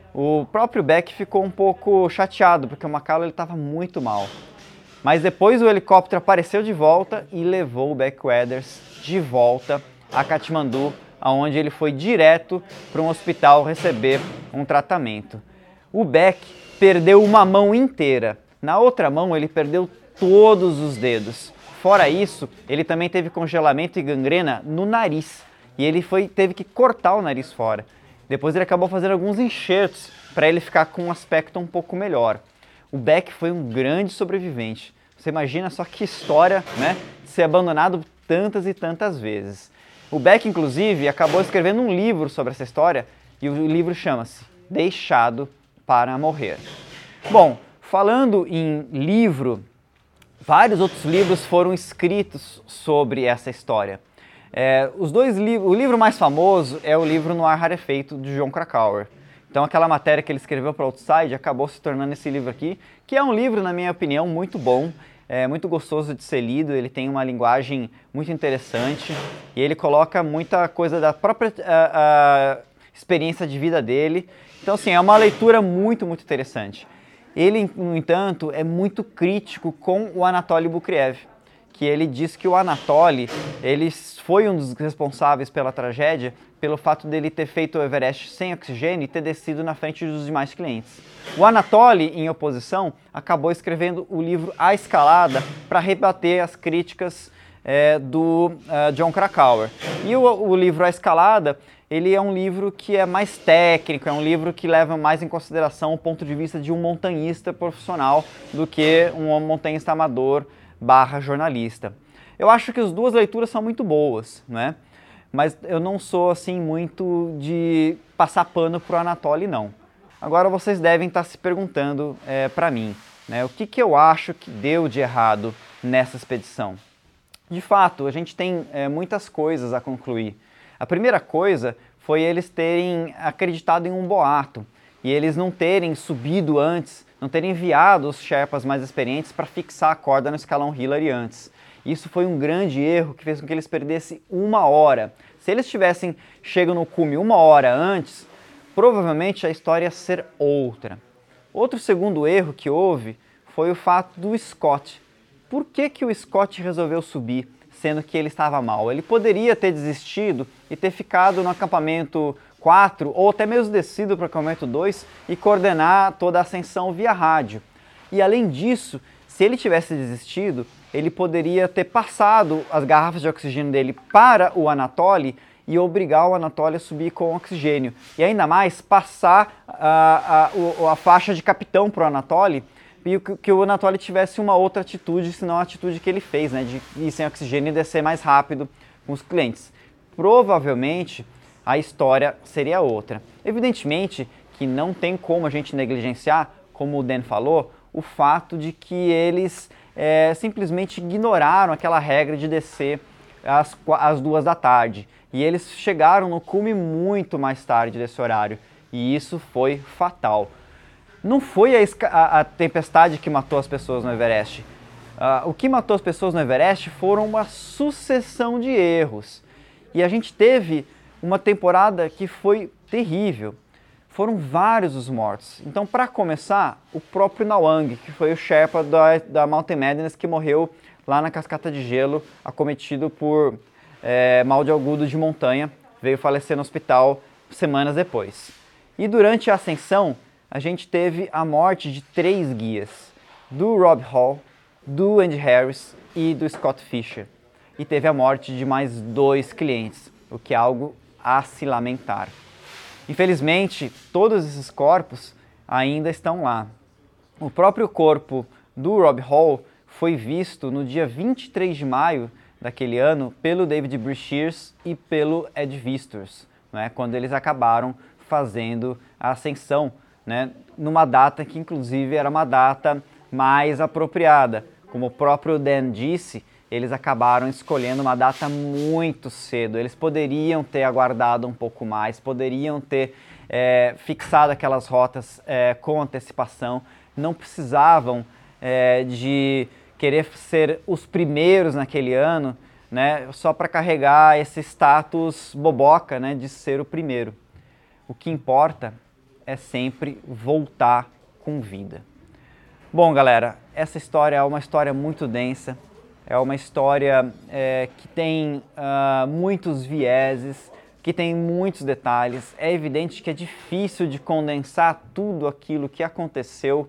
O próprio Beck ficou um pouco chateado porque o Makalu estava muito mal. Mas depois o helicóptero apareceu de volta e levou o Beck Weathers de volta a Katmandu, onde ele foi direto para um hospital receber um tratamento. O Beck perdeu uma mão inteira. Na outra mão ele perdeu todos os dedos. Fora isso, ele também teve congelamento e gangrena no nariz. E ele teve que cortar o nariz fora. Depois ele acabou fazendo alguns enxertos para ele ficar com um aspecto um pouco melhor. O Beck foi um grande sobrevivente. Você imagina só que história, né? Ser abandonado tantas e tantas vezes. O Beck, inclusive, acabou escrevendo um livro sobre essa história e o livro chama-se Deixado para Morrer. Bom, falando em livro, vários outros livros foram escritos sobre essa história. O livro mais famoso é o livro No Ar Rarefeito, de Jon Krakauer. Então aquela matéria que ele escreveu para Outside acabou se tornando esse livro aqui, que é um livro, na minha opinião, muito bom. é muito gostoso de ser lido, ele tem uma linguagem muito interessante e ele coloca muita coisa da própria experiência de vida dele. Então, assim, é uma leitura muito, muito interessante. Ele, no entanto, é muito crítico com o Anatoly Bukreev, que ele diz que o Anatoly, ele foi um dos responsáveis pela tragédia, pelo fato dele ter feito o Everest sem oxigênio e ter descido na frente dos demais clientes. O Anatoly, em oposição, acabou escrevendo o livro A Escalada para rebater as críticas do Jon Krakauer. E o livro A Escalada, ele é um livro que é mais técnico, é um livro que leva mais em consideração o ponto de vista de um montanhista profissional do que um montanhista amador / jornalista. Eu acho que as duas leituras são muito boas, né? Mas eu não sou assim muito de passar pano pro Anatoly, não. Agora vocês devem estar se perguntando para mim, né, o que eu acho que deu de errado nessa expedição. De fato, a gente tem muitas coisas a concluir. A primeira coisa foi eles terem acreditado em um boato e eles não terem subido antes, não terem enviado os Sherpas mais experientes para fixar a corda no escalão Hillary antes. Isso foi um grande erro que fez com que eles perdessem 1 hora. Se eles tivessem chegado no cume 1 hora antes, provavelmente a história ia ser outra. Outro segundo erro que houve foi o fato do Scott. Por que o Scott resolveu subir, sendo que ele estava mal? Ele poderia ter desistido e ter ficado no acampamento 4 ou até mesmo descido para o acampamento 2 e coordenar toda a ascensão via rádio. E além disso, se ele tivesse desistido, ele poderia ter passado as garrafas de oxigênio dele para o Anatoly e obrigar o Anatoly a subir com oxigênio. E ainda mais, passar a faixa de capitão para o Anatoly e que o Anatoly tivesse uma outra atitude, senão a atitude que ele fez, né, de ir sem oxigênio e descer mais rápido com os clientes. Provavelmente, a história seria outra. Evidentemente que não tem como a gente negligenciar, como o Dan falou, o fato de que eles simplesmente ignoraram aquela regra de descer às 2 da tarde. E eles chegaram no cume muito mais tarde desse horário. E isso foi fatal. Não foi a tempestade que matou as pessoas no Everest. O que matou as pessoas no Everest foram uma sucessão de erros. E a gente teve uma temporada que foi terrível. Foram vários os mortos. Então, para começar, o próprio Nawang, que foi o Sherpa da Mountain Madness, que morreu lá na cascata de gelo, acometido por mal de agudo de montanha, veio falecer no hospital semanas depois. E durante a ascensão, a gente teve a morte de 3 guias, do Rob Hall, do Andy Harris e do Scott Fischer. E teve a morte de mais 2 clientes, o que é algo a se lamentar. Infelizmente, todos esses corpos ainda estão lá. O próprio corpo do Rob Hall foi visto no dia 23 de maio daquele ano pelo David Breashears e pelo Ed Vistors, né, quando eles acabaram fazendo a ascensão, né, numa data que inclusive era uma data mais apropriada. Como o próprio Dan disse, eles acabaram escolhendo uma data muito cedo. Eles poderiam ter aguardado um pouco mais, poderiam ter fixado aquelas rotas com antecipação, não precisavam de querer ser os primeiros naquele ano, né, só para carregar esse status boboca, né, de ser o primeiro. O que importa é sempre voltar com vida. Bom, galera, essa história é uma história muito densa, é uma história que tem muitos vieses, que tem muitos detalhes. É evidente que é difícil de condensar tudo aquilo que aconteceu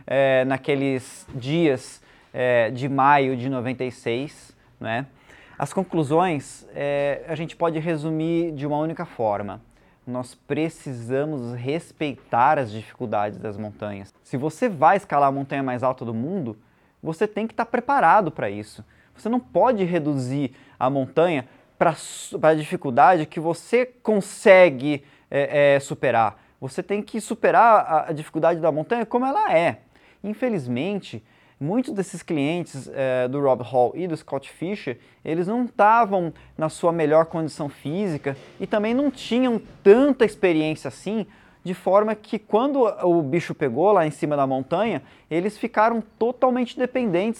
naqueles dias de maio de 96, né? As conclusões a gente pode resumir de uma única forma. Nós precisamos respeitar as dificuldades das montanhas. Se você vai escalar a montanha mais alta do mundo, você tem que estar preparado para isso. Você não pode reduzir a montanha para a dificuldade que você consegue superar. Você tem que superar a dificuldade da montanha como ela é. Infelizmente, muitos desses clientes do Rob Hall e do Scott Fischer, eles não estavam na sua melhor condição física e também não tinham tanta experiência assim, de forma que quando o bicho pegou lá em cima da montanha, eles ficaram totalmente dependentes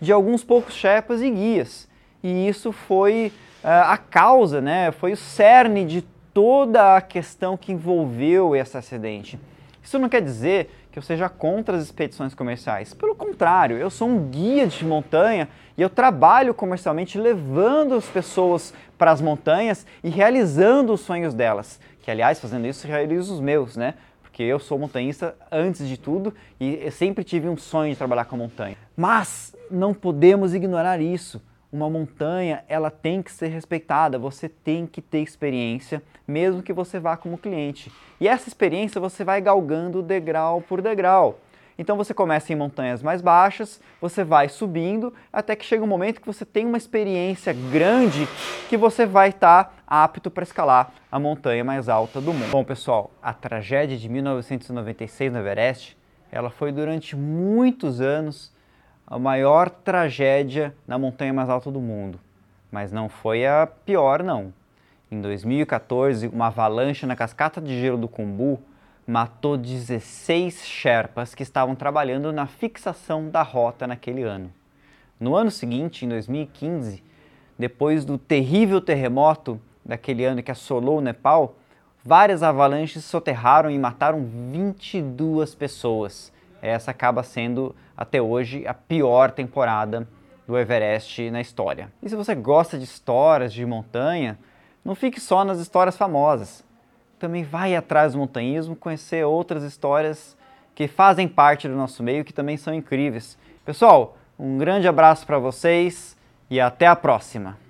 de alguns poucos Sherpas e guias. E isso foi a causa, né? Foi o cerne de toda a questão que envolveu esse acidente. Isso não quer dizer que eu seja contra as expedições comerciais. Pelo contrário, eu sou um guia de montanha e eu trabalho comercialmente levando as pessoas para as montanhas e realizando os sonhos delas. Que, aliás, fazendo isso, eu realizo os meus, né? Porque eu sou montanhista antes de tudo e eu sempre tive um sonho de trabalhar com a montanha. Mas não podemos ignorar isso. Uma montanha, ela tem que ser respeitada, você tem que ter experiência, mesmo que você vá como cliente. E essa experiência você vai galgando degrau por degrau. Então você começa em montanhas mais baixas, você vai subindo, até que chega um momento que você tem uma experiência grande que você vai estar apto para escalar a montanha mais alta do mundo. Bom, pessoal, a tragédia de 1996 no Everest, ela foi durante muitos anos a maior tragédia na montanha mais alta do mundo. Mas não foi a pior, não. Em 2014, uma avalanche na cascata de gelo do Khumbu matou 16 Sherpas que estavam trabalhando na fixação da rota naquele ano. No ano seguinte, em 2015, depois do terrível terremoto daquele ano que assolou o Nepal, várias avalanches soterraram e mataram 22 pessoas. Essa acaba sendo, até hoje, a pior temporada do Everest na história. E se você gosta de histórias de montanha, não fique só nas histórias famosas. Também vai atrás do montanhismo, conhecer outras histórias que fazem parte do nosso meio, que também são incríveis. Pessoal, um grande abraço para vocês e até a próxima!